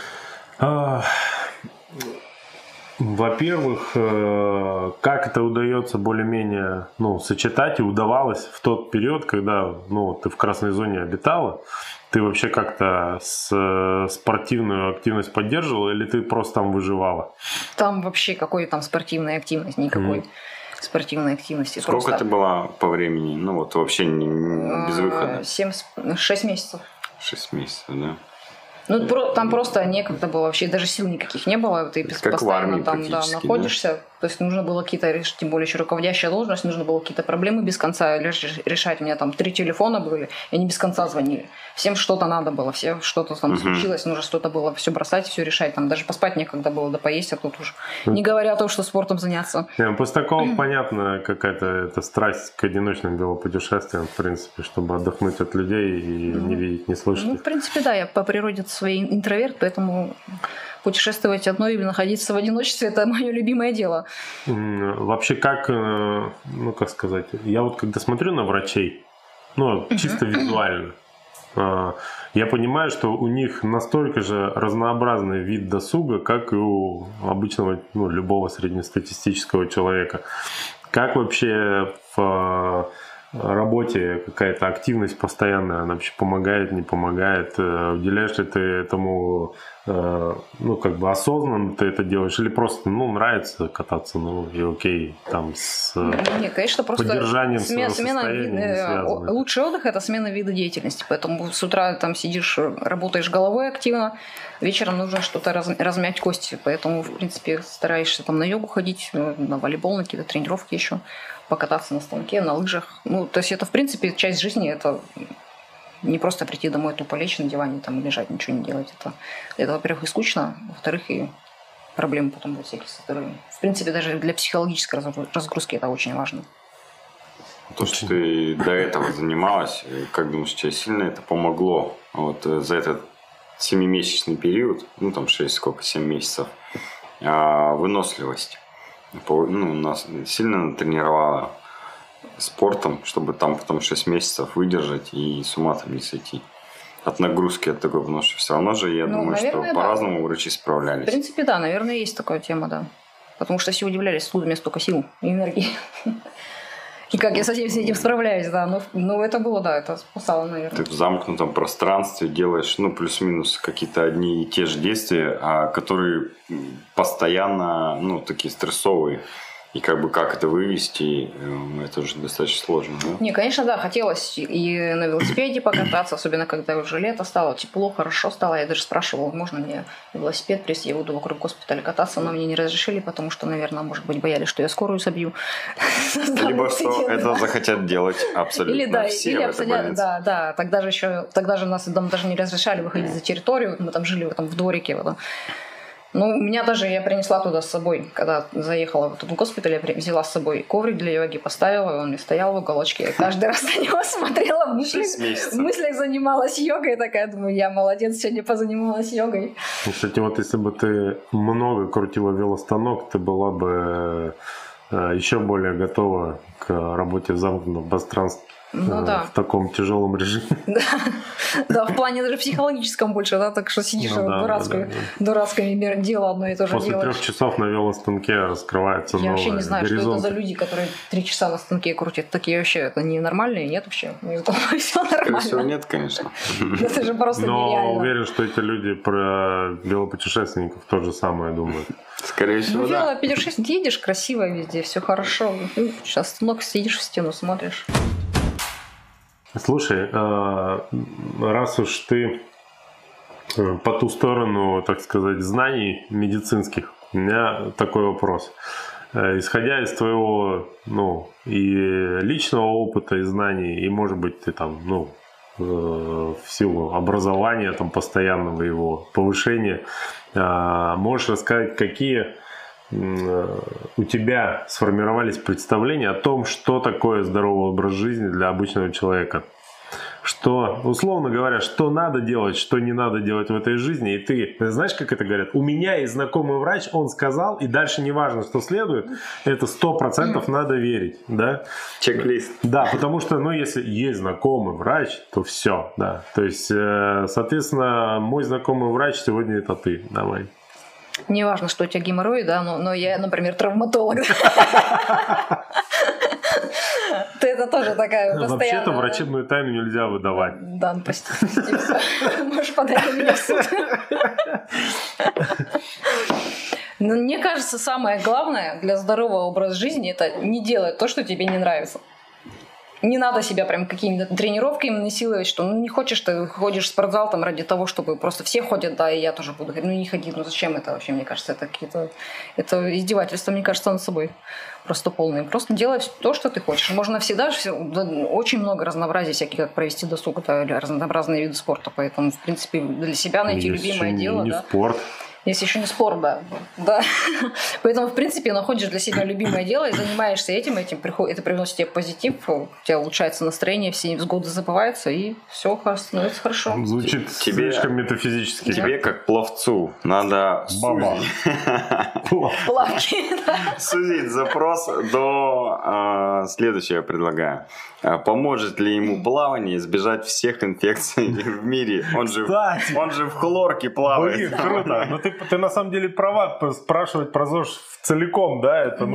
Во-первых, как это удается более-менее сочетать и удавалось в тот период, когда ты в красной зоне обитала, ты вообще как-то спортивную активность поддерживала или ты просто там выживала? Там вообще какой там спортивной активности? Никакой спортивной активности. Сколько ты была по времени? Ну вот вообще без выхода? 6 месяцев. 6 месяцев, да. Ну, там просто некогда было, вообще даже сил никаких не было, ты постоянно там находишься, то есть нужно было какие-то, тем более еще руководящая должность, нужно было какие-то проблемы без конца решать. У меня там 3 телефона были, и они без конца звонили. Всем что-то надо было, всем что-то там случилось, нужно что-то было все бросать, все решать, там даже поспать некогда было, да поесть, а тут уж не говоря о том, что спортом заняться. После такого понятно какая-то эта страсть к одиночным велопутешествиям, в принципе, чтобы отдохнуть от людей и не видеть, не слышать. Ну, в принципе, да, я по природе своей интроверт, поэтому путешествовать одной или находиться в одиночестве – это мое любимое дело. Вообще, как сказать, я вот когда смотрю на врачей, чисто визуально, я понимаю, что у них настолько же разнообразный вид досуга, как и у обычного, любого среднестатистического человека. Как вообще в работе какая-то активность постоянная, она вообще помогает, не помогает? Уделяешь ли ты этому, осознанно ты это делаешь? Или просто, нравится кататься, и окей, там с конечно, просто поддержанием смена вида, лучший отдых – это смена вида деятельности. Поэтому с утра там сидишь, работаешь головой активно, вечером нужно что-то размять кости. Поэтому, в принципе, стараешься там на йогу ходить, на волейбол, на какие-то тренировки еще, покататься на станке, на лыжах. То есть это, в принципе, часть жизни. Это не просто прийти домой, тупо лечь на диване там, лежать, ничего не делать. Это, во-первых, и скучно, во-вторых, и проблемы потом будут всякие со здоровьем. В принципе, даже для психологической разгрузки это очень важно. То, что ты до этого занималась, как думаешь, тебе сильно это помогло? Вот за этот 7-месячный период, 7 месяцев, выносливость. Нас сильно тренировала спортом, чтобы там потом 6 месяцев выдержать и с ума там не сойти от нагрузки, от такой, потому что все равно же, я думаю, наверное, что по-разному врачи справлялись. В принципе, да, наверное, есть такая тема, да. Потому что все удивлялись, откуда у меня столько сил и энергии. И как я со всем этим справляюсь, да. Но это было, да, это спасало, наверное. Ты в замкнутом пространстве делаешь, плюс-минус какие-то одни и те же действия, которые постоянно, такие стрессовые. И как это вывести, это уже достаточно сложно, да? Не, конечно, да, хотелось и на велосипеде покататься, особенно когда уже лето стало, тепло, хорошо стало. Я даже спрашивала, можно мне велосипед привезти, я буду вокруг госпиталя кататься, но мне не разрешили, потому что, наверное, может быть, боялись, что я скорую собью. Либо что это захотят делать абсолютно все в этой больнице. Да, тогда же нас даже не разрешали выходить за территорию, мы там жили в дворике. Ну, я принесла туда с собой, когда заехала в госпиталь, я взяла с собой коврик для йоги, поставила, он мне стоял в уголочке. Я каждый раз на него смотрела, в мыслях занималась йогой, такая, думаю, я молодец, сегодня позанималась йогой. Кстати, вот если бы ты много крутила велостанок, ты была бы еще более готова к работе в замкнутом пространстве. В таком тяжелом режиме. Да, в плане даже психологическом больше, да, так что сидишь дурацкое дело одно и то же делаешь. После 3 часов на велостанке раскрывается новый горизонт. Я вообще не знаю, что это за люди, которые 3 часа на станке крутят. Такие вообще, это ненормальные, нет вообще? Все нормально. Скорее всего, нет, конечно. Это же просто нереально. Но уверен, что эти люди про велопутешественников то же самое думают. Скорее всего, да. Велопутешественник, едешь красиво везде, все хорошо. Сейчас станок, сидишь в стену, смотришь. Слушай, раз уж ты по ту сторону, так сказать, знаний медицинских, у меня такой вопрос. Исходя из твоего, и личного опыта, и знаний, и, может быть, ты там, в силу образования, там, постоянного его повышения, можешь рассказать, какие у тебя сформировались представления о том, что такое здоровый образ жизни для обычного человека. Что, условно говоря, что надо делать, что не надо делать в этой жизни. И ты знаешь, как это говорят? У меня есть знакомый врач, он сказал, и дальше не важно, что следует, это 100% надо верить. Да? Чек-лист. Да, потому что, если есть знакомый врач, то все. Да. То есть, соответственно, мой знакомый врач сегодня это ты. Давай. Не важно, что у тебя геморрой, да, но я, например, травматолог. Ты это тоже такая постоянная... Вообще-то врачебную тайну нельзя выдавать. Да, прости. Можешь подать на меня в суд. Но мне кажется, самое главное для здорового образа жизни — это не делать то, что тебе не нравится. Не надо себя прям какими-то тренировками насиловать, что не хочешь, ты ходишь в спортзал там ради того, чтобы просто все ходят, да, и я тоже буду ходить. Не ходи, зачем это вообще, мне кажется, это издевательство, мне кажется, над собой просто полное. Просто делай то, что ты хочешь. Можно всегда, очень много разнообразия всяких, как провести досуг, да, или разнообразные виды спорта, поэтому, в принципе, для себя найти любимое дело. Не спорт. Если еще не спорт, да. Поэтому, в принципе, находишь для себя любимое дело и занимаешься этим это приносит тебе позитив, у тебя улучшается настроение, все невзгоды забываются, и все становится хорошо. Звучит слишком метафизически. Тебе, как пловцу, надо сузить запрос до следующего, я предлагаю. Поможет ли ему плавание избежать всех инфекций в мире? Он же в хлорке плавает. Блин, круто. Но ты на самом деле права спрашивать про ЗОЖ целиком, да? Это,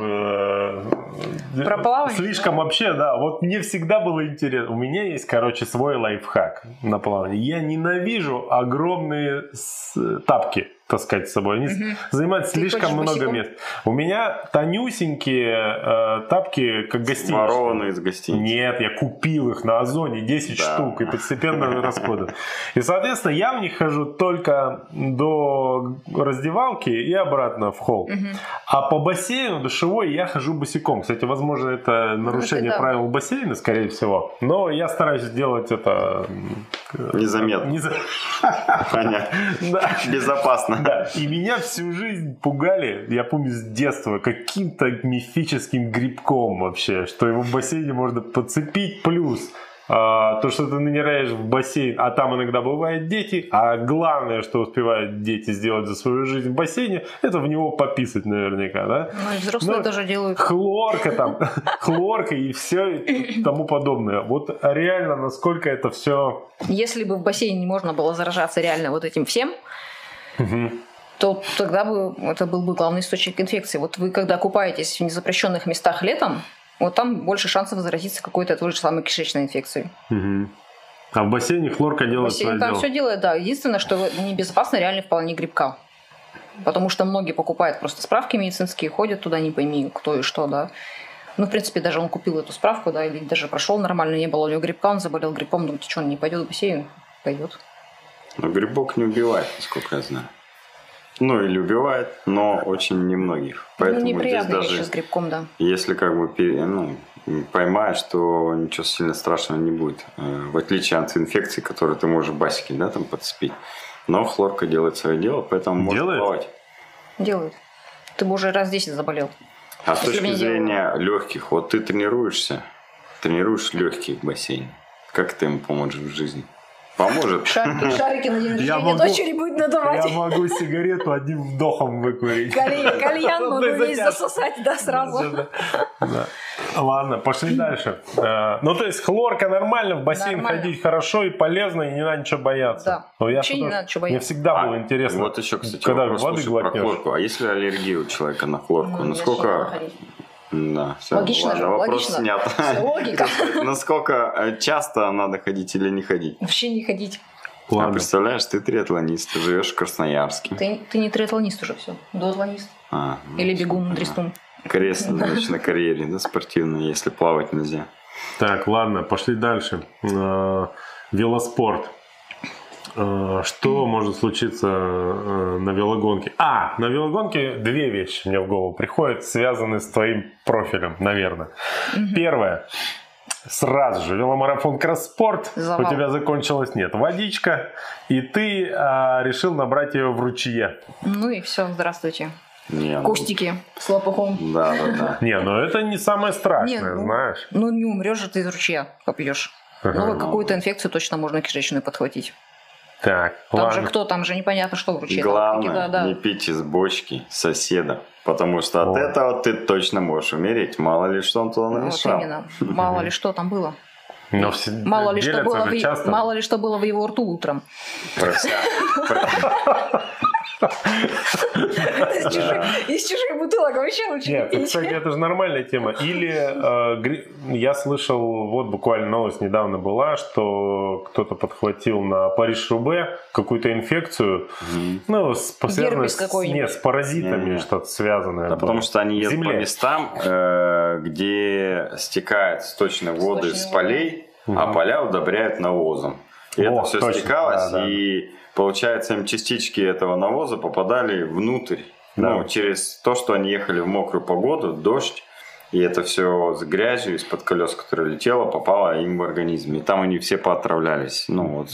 про плавание. Слишком вообще, да. Вот мне всегда было интересно. У меня есть, свой лайфхак на плавание. Я ненавижу огромные тапки таскать с собой. Они занимают слишком много места. У меня тонюсенькие тапки, как гостиничные. Ворованные из гостиницы. Нет, я купил их на Озоне 10 штук и постепенно расходую. И, соответственно, я в них хожу только до раздевалки и обратно в холл. А по бассейну душевой я хожу босиком. Кстати, возможно, это нарушение правил бассейна, скорее всего. Но я стараюсь сделать это незаметно. Понятно. Безопасно. Да, и меня всю жизнь пугали, я помню с детства, каким-то мифическим грибком вообще, что его в бассейне можно подцепить, плюс то, что ты ныряешь в бассейн, а там иногда бывают дети, а главное, что успевают дети сделать за свою жизнь в бассейне, это в него пописать наверняка, да? Ну и взрослые тоже делают. Хлорка и все и тому подобное. Вот реально, насколько это все... Если бы в бассейне можно было заражаться реально вот этим всем, то тогда бы это был бы главный источник инфекции. Вот вы, когда купаетесь в незапрещенных местах летом, вот там больше шансов заразиться какой-то той же самой кишечной инфекцией. А в бассейне хлорка делает свое дело. Там все делает, да. Единственное, что небезопасно реально в плане грибка. Потому что многие покупают просто справки медицинские, ходят туда, не пойми, кто и что, да. Ну, в принципе, даже он купил эту справку, да, или даже прошел нормально, не было у него грибка, он заболел грибком, думаете, что он не пойдет в бассейн? Пойдет. Но грибок не убивает, насколько я знаю. Ну, или убивает, но очень немногих. Поэтому неприятные здесь вещи с грибком, да. Если как бы поймаешь, то ничего сильно страшного не будет. В отличие от инфекций, которые ты можешь басики, да, там подцепить. Но хлорка делает свое дело, поэтому можно плавать. Делает. Ты бы уже раз 10 заболел. А с точки зрения легких, вот ты тренируешь легкие в бассейне. Как ты ему поможешь в жизни? Поможет. Шарики на день рождения дочери будет надавать. Я могу сигарету одним вдохом выкурить. Кальян могу весь засосать, да, сразу. Ладно, пошли дальше. Ну, то есть хлорка нормально, в бассейн ходить хорошо и полезно, и не надо ничего бояться. Да, вообще не надо ничего бояться. Мне всегда было интересно. Вот еще, кстати, когда вопрос воды про хлорку. А если аллергия у человека на хлорку? Насколько... Да, все, логично, ладно, вопрос снят. Логика. Насколько часто надо ходить или не ходить? Вообще не ходить. А представляешь, ты триатлонист, ты живешь в Красноярске. Ты не триатлонист уже, все. Дуатлонист. Или бегун, дрестун. Крест на карьере, да, спортивной, если плавать нельзя. Так, ладно, пошли дальше. Велоспорт. Что может случиться на велогонке? На велогонке две вещи мне в голову приходят, связанные с твоим профилем, наверное. Первое. Сразу же веломарафон Кросспорт. У тебя закончилась водичка, и ты решил набрать ее в ручье. Ну и все, здравствуйте. Кустики с лопухом. Да. Не, это не самое страшное, знаешь. Ну не умрешь же ты из ручья, попьешь. Ну какую-то инфекцию точно можно кишечную подхватить. Так, там же непонятно, что в ручье. Главное, не пить из бочки соседа, потому что от этого ты точно можешь умереть. Мало ли что он туда намешал. Вот именно. Мало ли что там было. Мало ли что было в его рту утром. Из чужих бутылок вообще лучше не пить. Нет, кстати, это же нормальная тема. Или я слышал, вот буквально новость недавно была, что кто-то подхватил на Париж-Roubaix какую-то инфекцию, с паразитами что-то связанное. Да, потому что они едут по местам, где стекают сточные воды с полей, а поля удобряют навозом. И это все стекалось, и получается, им частички этого навоза попадали внутрь, через то, что они ехали в мокрую погоду, дождь, и это все с грязью из-под колес, которая летела, попало им в организм. И там они все поотравлялись.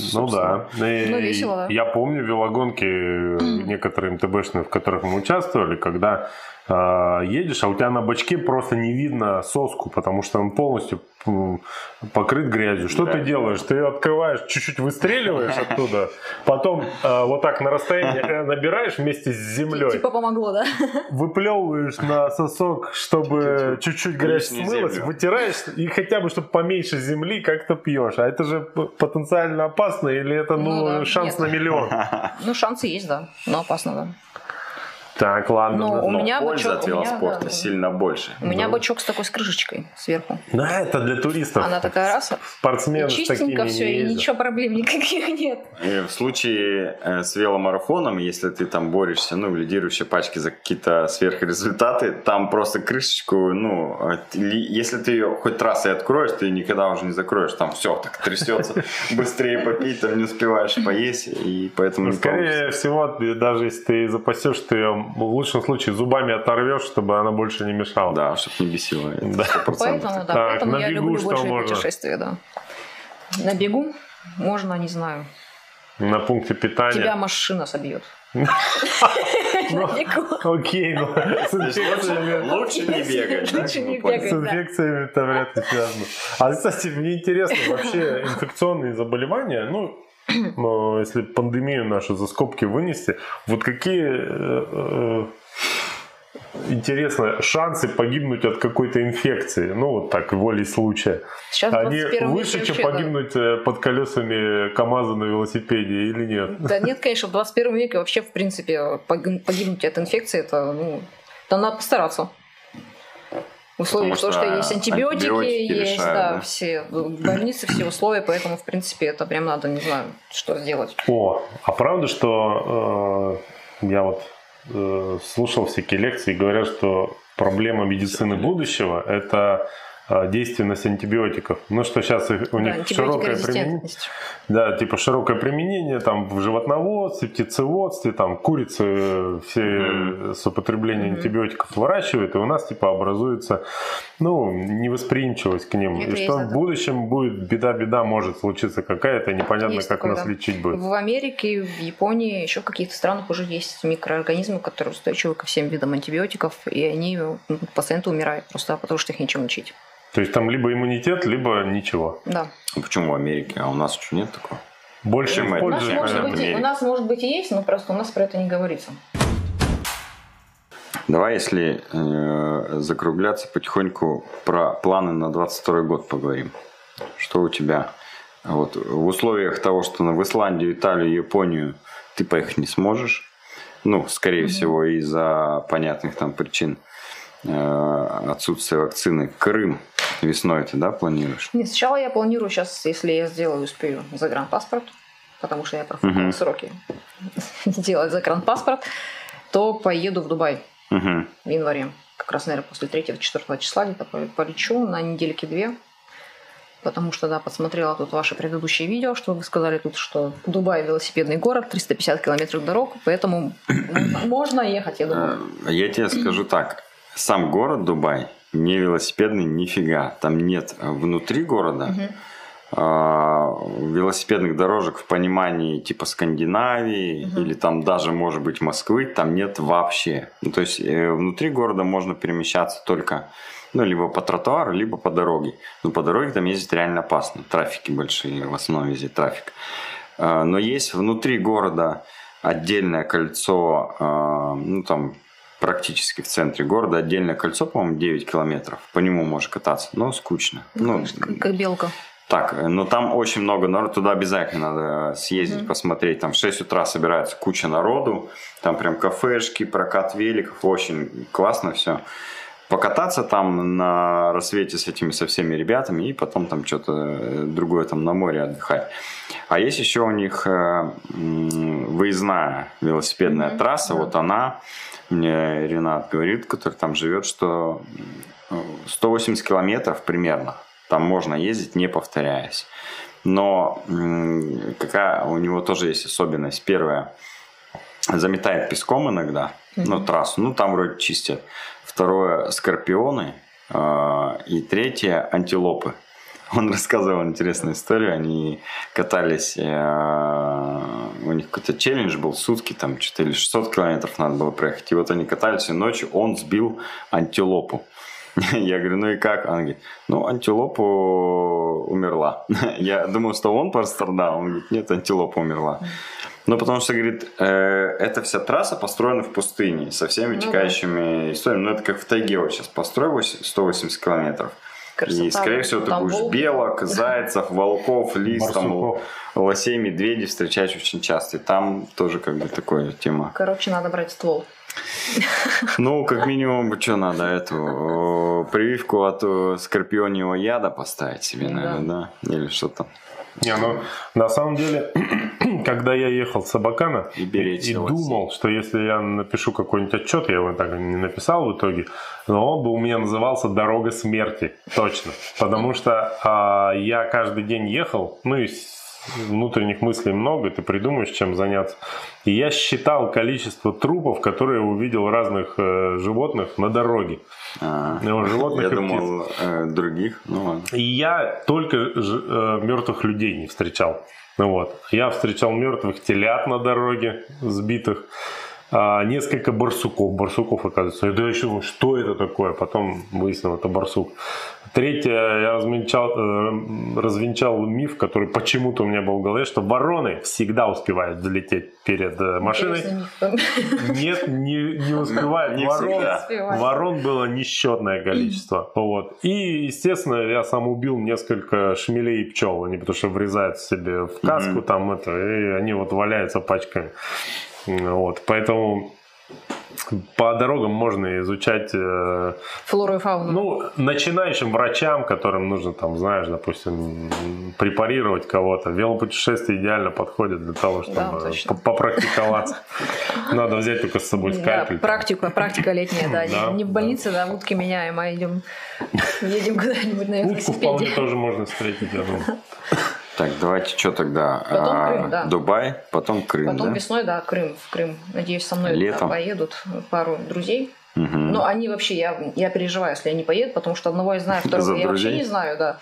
Весело, да. Я помню велогонки некоторые МТБшные, в которых мы участвовали, когда едешь, а у тебя на бачке просто не видно соску, потому что он полностью покрыт грязью. Что ты делаешь? Ты ее открываешь, чуть-чуть выстреливаешь оттуда, потом вот так на расстоянии набираешь вместе с землей. Типа помогло, да? Выплевываешь на сосок, чтобы чуть-чуть грязь смылась, вытираешь и хотя бы, чтобы поменьше земли, как-то пьешь. А это же потенциально опасно или это шанс на миллион? Шансы есть, да, но опасно, да. Так, ладно. У меня польза от велоспорта сильно больше. У меня бачок с такой с крышечкой сверху. Да, это для туристов. Она такая раз. Спортсмены чистенько все, и ничего проблем никаких нет. И в случае с веломарафоном, если ты там борешься, в лидирующей пачке за какие-то сверхрезультаты, там просто крышечку, если ты ее хоть раз и откроешь, ты никогда уже не закроешь. Там все так трясется. Быстрее попить, там не успеваешь поесть, и поэтому скорее всего, даже если ты запасешь, ты ее в лучшем случае зубами оторвешь, чтобы она больше не мешала. Да, чтобы не бесила. Поэтому я люблю большие путешествия, да. На бегу можно, не знаю. На пункте питания. Тебя машина собьет. Окей, с инфекциями... Лучше не бегать. С инфекциями это вряд ли связано. А, кстати, мне интересно, вообще инфекционные заболевания, если пандемию нашу за скобки вынести, вот какие интересно шансы погибнуть от какой-то инфекции, вот так, волей случая. Сейчас они выше, чем погибнуть под колесами КамАЗа на велосипеде или нет? Да нет, конечно, в 21 веке вообще, в принципе, погибнуть от инфекции, это надо постараться. В условиях того, что есть антибиотики есть, решают, все в больнице, все условия, поэтому, в принципе, это прям надо, не знаю, что сделать. А правда, что я слушал всякие лекции, говорят, что проблема медицины будущего – это действенность антибиотиков. Ну, что сейчас у них широкое применение. Да, типа широкое применение там в животноводстве, птицеводстве, там курицы все с употреблением антибиотиков выращивают, и у нас типа образуется, ну, невосприимчивость к ним. И что в будущем будет беда может случиться какая-то, непонятно, есть как такое, нас лечить будет. В Америке, в Японии, еще в каких-то странах уже есть микроорганизмы, которые устойчивы ко всем видам антибиотиков, и они, пациенты умирают просто потому, что их нечем лечить. То есть там либо иммунитет, либо ничего. Да. А почему в Америке? А у нас что, нет такого? Больше в пользу. У нас, может быть, и есть, но просто у нас про это не говорится. Давай, если закругляться потихоньку, про планы на 22 год поговорим. Что у тебя вот, в условиях того, что в Исландию, Италию, Японию ты поехать не сможешь? Ну, скорее всего, из-за понятных там причин отсутствия вакцины. Крым весной ты, да, планируешь? Нет, сначала я планирую сейчас, если я сделаю, успею загранпаспорт, потому что я профукала сроки делать загранпаспорт, то поеду в Дубай в январе. Как раз, наверное, после 3-4 числа где-то полечу на недельки 2. Потому что, да, подсмотрела тут ваши предыдущие видео, что вы сказали тут, что Дубай велосипедный город, 350 километров дорог, поэтому можно ехать, я думаю. Я тебе скажу так. Сам город Дубай не велосипедный нифига. Там нет внутри города велосипедных дорожек в понимании типа Скандинавии или там даже, может быть, Москвы. Там нет вообще. Ну, то есть внутри города можно перемещаться только либо по тротуару, либо по дороге. Но по дороге там ездить реально опасно. Трафики большие, в основном везде трафик. Но есть внутри города отдельное кольцо, ну там практически в центре города, отдельное кольцо, по-моему, 9 километров. По нему можешь кататься, но скучно. Как белка. Так, но там очень много народу, туда обязательно надо съездить, посмотреть. Там в 6 утра собирается куча народу, там прям кафешки, прокат великов, очень классно все. Покататься там на рассвете со всеми ребятами и потом там что-то другое там на море отдыхать. А есть еще у них выездная велосипедная трасса, вот она, мне Ренат говорит, который там живет, что 180 километров примерно там можно ездить, не повторяясь. Но какая у него тоже есть особенность. Первое, заметает песком иногда, трассу, там вроде чистят. Второе, скорпионы. И третье, антилопы. Он рассказывал интересную историю. Они катались, у них какой-то челлендж был, сутки, там что-то или 600 километров надо было проехать. И вот они катались, и ночью он сбил антилопу. Я говорю, ну и как? Он говорит, антилопа умерла. Я думал, что он пострадал. Он говорит, нет, антилопа умерла. Потому что, говорит, эта вся трасса построена в пустыне со всеми вытекающими историями. Это как в тайге вот сейчас построй 180 километров. Красота, и, скорее всего, ты будешь белок, зайцев, волков, лис, лосей, медведей встречать очень часто. И там тоже как бы такая тема. Короче, надо брать ствол. Как минимум, что надо, эту прививку от скорпионьего яда поставить себе, наверное, да? Или что-то. На самом деле, когда я ехал с Абакана и думал, что если я напишу какой-нибудь отчет, я его так и не написал в итоге, но он бы у меня назывался «Дорога смерти», точно. Потому что я каждый день ехал, и внутренних мыслей много, ты придумаешь, чем заняться. И я считал количество трупов, которые я увидел разных животных на дороге. Животных я думал, других. И я только мертвых людей не встречал. Я встречал мертвых телят на дороге, сбитых. Несколько барсуков, оказывается. Я еще думаю, что это такое? Потом выяснил, это барсук. Третье, я развенчал миф, который почему-то у меня был в голове, что вороны всегда успевают залететь перед машиной. Нет, не успевают. Ворон было несчетное количество. И, естественно, я сам убил несколько шмелей и пчел. Они потому что врезаются себе в каску, и они валяются пачками. Поэтому по дорогам можно изучать флору и фауну. Ну, начинающим врачам, которым нужно, там, знаешь, допустим, препарировать кого-то. Велопутешествие идеально подходит для того, чтобы попрактиковаться. Надо взять только с собой скальпель. Практика летняя, да. Не в больнице, да, утки меняем, а едем куда-нибудь на велосипеде. Утку вполне тоже можно встретить, я думаю. Так, давайте что тогда? Потом Крым, да. Дубай, потом Крым, потом весной, да, в Крым. Надеюсь, со мной поедут пару друзей. Но они вообще, я переживаю, если они поедут, потому что одного я знаю, второго я вообще не знаю, да.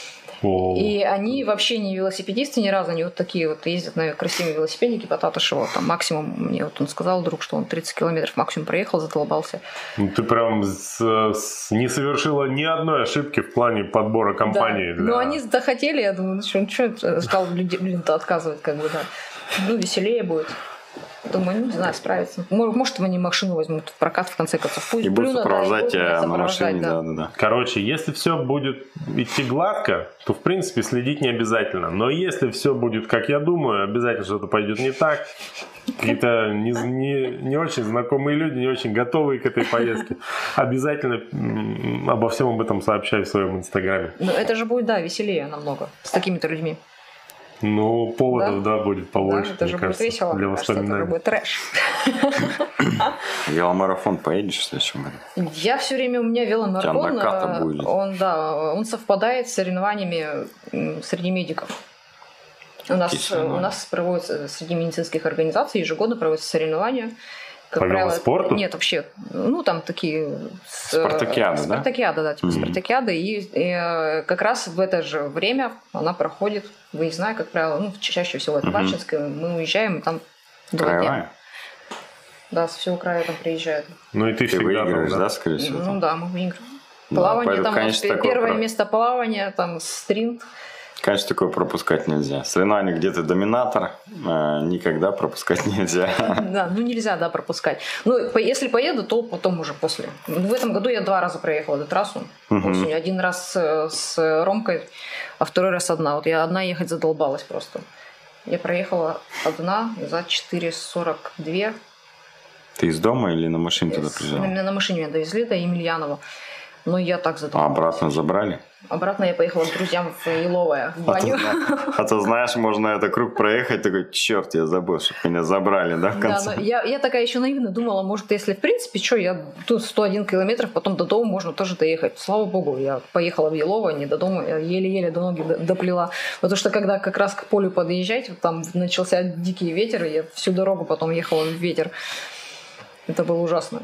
И они вообще не велосипедисты ни разу, они вот такие вот ездят на красивые велосипедики по Татышеву. Там максимум, мне вот он сказал, друг, что он 30 километров максимум проехал, задолбался. Ну, ты прям не совершила ни одной ошибки в плане подбора компании. Да. Ну, они захотели, я думаю, что стал людям-то отказывать, как бы, да. Ну, веселее будет. Думаю, не знаю, справиться. Может, они машину возьмут в прокат, в конце концов. Пусть и будут сопровождать на машине, да. Короче, если все будет идти гладко, то, в принципе, следить не обязательно. Но если все будет, как я думаю, обязательно что-то пойдет не так. Какие-то не очень знакомые люди, не очень готовые к этой поездке. Обязательно обо всем об этом сообщай в своем инстаграме. Но это же будет, да, веселее намного с такими-то людьми. Ну, поводов, да, будет побольше, да, это же будет весело, для воспоминаний. Это будет трэш. Веломарафон поедешь в следующем году? Я все время, у меня веломарафон, он совпадает с соревнованиями среди медиков. У нас проводятся среди медицинских организаций, ежегодно проводятся соревнования. Как правило, спорту? Нет, вообще, ну там такие спартакиады, да? Спартакиады, да, типа спартакиады. И как раз в это же время она проходит, вы не знаете, как правило, ну, чаще всего это Бачинская, мы уезжаем, там 2 дня. Да, со всего края там приезжают. Ну и ты всегда выиграешь, да, скорее всего? Ну да, мы выиграем. Плавание, там конечно, первое место плавания, там спринт. Конечно, такое пропускать нельзя. Соревнования, где ты доминатор, никогда пропускать нельзя. Да, ну нельзя, да, пропускать. Ну, если поеду, то потом уже после. В этом году я 2 раза проехала эту трассу. Осенью. 1 раз с Ромкой, а 2 раз одна. Вот я одна ехать задолбалась просто. Я проехала одна за 4:42. Ты из дома или на машине туда приезжала? На машине меня довезли до Емельянова. Но я так задолбалась. А обратно забрали? Обратно я поехала к друзьям в Еловое, в баню. А то знаешь, можно это круг проехать, такой, черт, я забыл, чтобы меня забрали, да, в конце? Да, я такая еще наивно думала, может, если в принципе, что, я тут 101 километров, потом до дома можно тоже доехать. Слава богу, я поехала в Еловое, не до дома, я еле-еле до ноги доплела. Потому что когда как раз к полю подъезжать, там начался дикий ветер, и я всю дорогу потом ехала в ветер. Это было ужасно.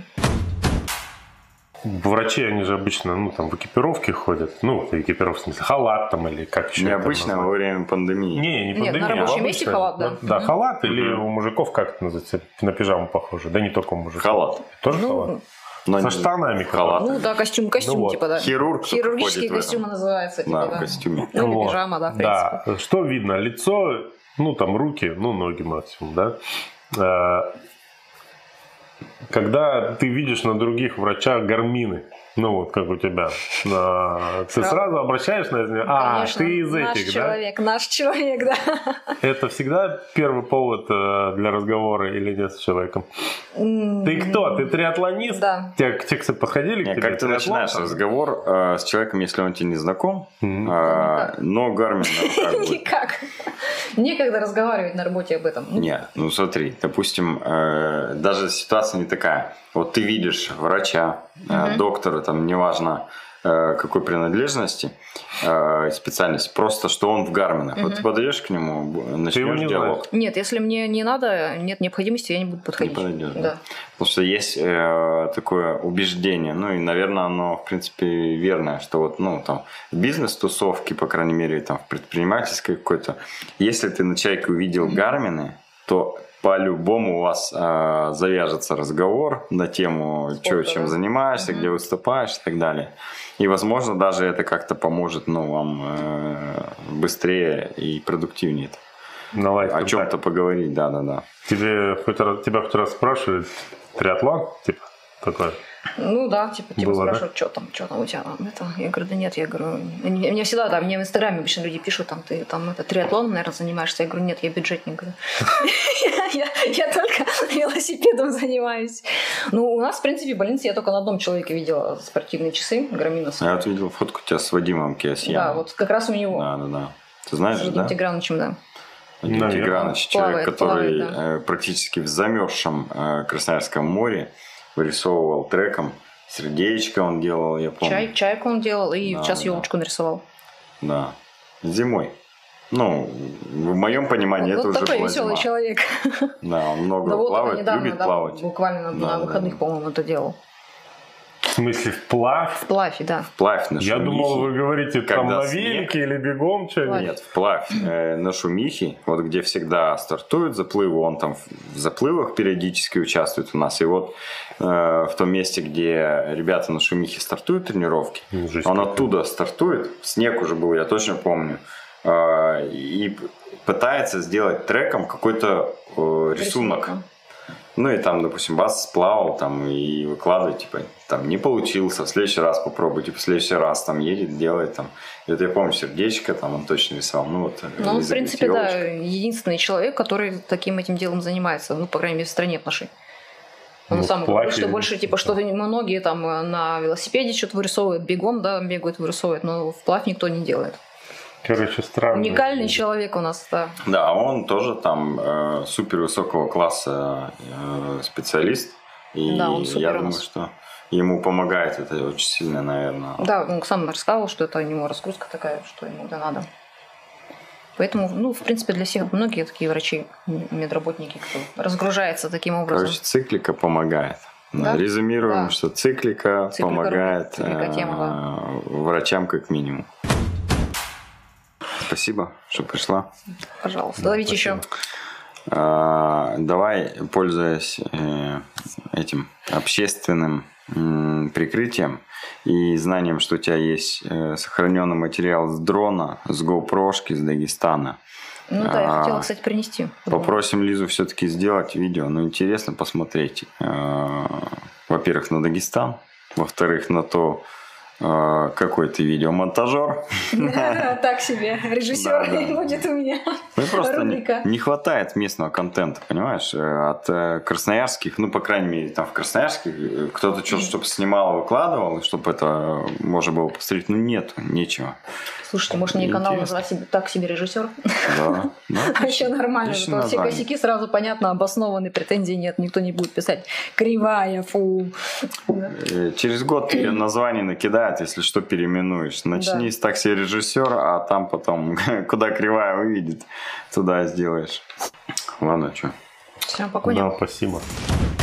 Врачи, они же обычно, ну, там, в экипировке ходят. Ну, экипировка, в смысле, халат там или как еще. Необычно во время пандемии. Не пандемия. Нет, на рабочем месте халат, да. Да, халат или у мужиков, как это называется, на пижаму похоже. Да не только у мужиков. Халат. Тоже халат? Со штанами халат. Ну да, костюм ну, типа, да. Хирургические костюмы называются. Типа, да, в костюме. Ну, или пижама, да, в принципе. Да, что видно? Лицо, ну, там, руки, ну, ноги максимум, да. Когда ты видишь на других врачах гармины, ну вот как у тебя, ты сразу обращаешь на это? Конечно, ты из этих, да? Наш человек, да. Это всегда первый повод для разговора или нет с человеком? Ты кто? Ты триатлонист? Да. Те подходили к тебе? Как ты начинаешь разговор с человеком, если он тебе не знаком, но гармин на руках будет? Никак. Некогда разговаривать на работе об этом. Нет, ну смотри, допустим, даже ситуация не такая. Вот ты видишь врача, доктора, там, неважно какой принадлежности, специальности, просто что он в гарминах. Вот ты подойдешь к нему, начнешь делать. Нет, если мне не надо, нет необходимости, я не буду подходить. Не подойдешь, да. Потому что есть такое убеждение, ну и, наверное, оно, в принципе, верное, что вот, ну, там, в бизнес-тусовке, по крайней мере, там, в предпринимательской какой-то, если ты на человеке увидел гармины, то по-любому у вас завяжется разговор на тему, чем занимаешься, где выступаешь и так далее. И, возможно, даже это как-то поможет, ну, вам быстрее и продуктивнее о чем-то поговорить. Да. Тебя хоть раз спрашивали, триатлон, типа, такой? Ну да, типа спрашивают, что там у тебя это. Я говорю, да нет, мне всегда, да, мне в Инстаграме обычно люди пишут, там, ты там триатлон, наверное, занимаешься. Я говорю, нет, я бюджетник, говорю. Я только велосипедом занимаюсь. Ну, у нас, в принципе, в больнице я только на одном человеке видела спортивные часы Гармина. Я вот видел фотку у тебя с Вадимом Киасьяном. Да, вот как раз у него. Да. Ты знаешь, да? С Тиграновичем, да. Вадим Тигранович, человек, который практически в замерзшем Красноярском море вырисовывал треком. Сердечко он делал, я помню. Чайку он делал, и сейчас елочку нарисовал. Да. Зимой. Ну, в моем понимании это уже такой веселый человек. Да, он много плавает, любит плавать. Буквально на выходных, по-моему, это делал. В смысле, вплавь? Вплавь, да. Вплавь на Шумихе. Я думал, вы говорите, там на велике или бегом что-нибудь. Нет, вплавь на Шумихе, вот где всегда стартуют заплывы, он там в заплывах периодически участвует у нас. И вот в том месте, где ребята на Шумихе стартуют тренировки, он оттуда стартует, снег уже был, я точно помню, и пытается сделать треком какой-то рисунок. Ну и там, допустим, бас сплавал там и выкладывает, типа, там не получился, в следующий раз попробуй, типа, в следующий раз там едет, делает там. Это я помню, сердечко там он точно рисовал. Ну, вот, в принципе, да, единственный человек, который таким этим делом занимается, ну, по крайней мере, в стране нашей. Он сам говорит, что больше, типа, что многие там на велосипеде что-то вырисовывают, бегом, да, бегают, вырисовывают, но вплавь никто не делает. Короче, странно. Уникальный человек у нас, да. Да, он тоже там супер высокого класса специалист. И да, он супер. Я думаю, что ему помогает это очень сильно, наверное. Да, он сам рассказывал, что это у него разгрузка такая, что ему это надо. Поэтому, ну, в принципе, для всех многие такие врачи, медработники, кто разгружается таким образом. Короче, циклика помогает. Да? Резюмируем, да. Что циклика помогает тема, врачам как минимум. Спасибо, что пришла. Пожалуйста, ловите еще. Давай, пользуясь этим общественным прикрытием и знанием, что у тебя есть сохраненный материал с дрона, с GoPro-шки из Дагестана. Ну да, я хотела, кстати, принести. Попросим Лизу все-таки сделать видео. Ну, интересно посмотреть. Во-первых, на Дагестан. Во-вторых, на то, какой ты видеомонтажер. Так себе, режиссер будет у меня. Ну просто не хватает местного контента, понимаешь? От красноярских, ну, по крайней мере, там в Красноярске кто-то что-то, чтобы снимал, выкладывал, чтобы это можно было посмотреть. Ну, нету, нечего. Слушайте, может, мне канал назвать «Так себе режиссер»? Да. А еще нормально, что все косяки сразу понятно, обоснованы, претензий нет, никто не будет писать «кривая, фу». Через год тебе название накидают, если что, переименуешь. Начни с «Так себе режиссер», а там потом, куда кривая увидит, туда сделаешь. Ладно, что. Все, покойнее. Да, спасибо.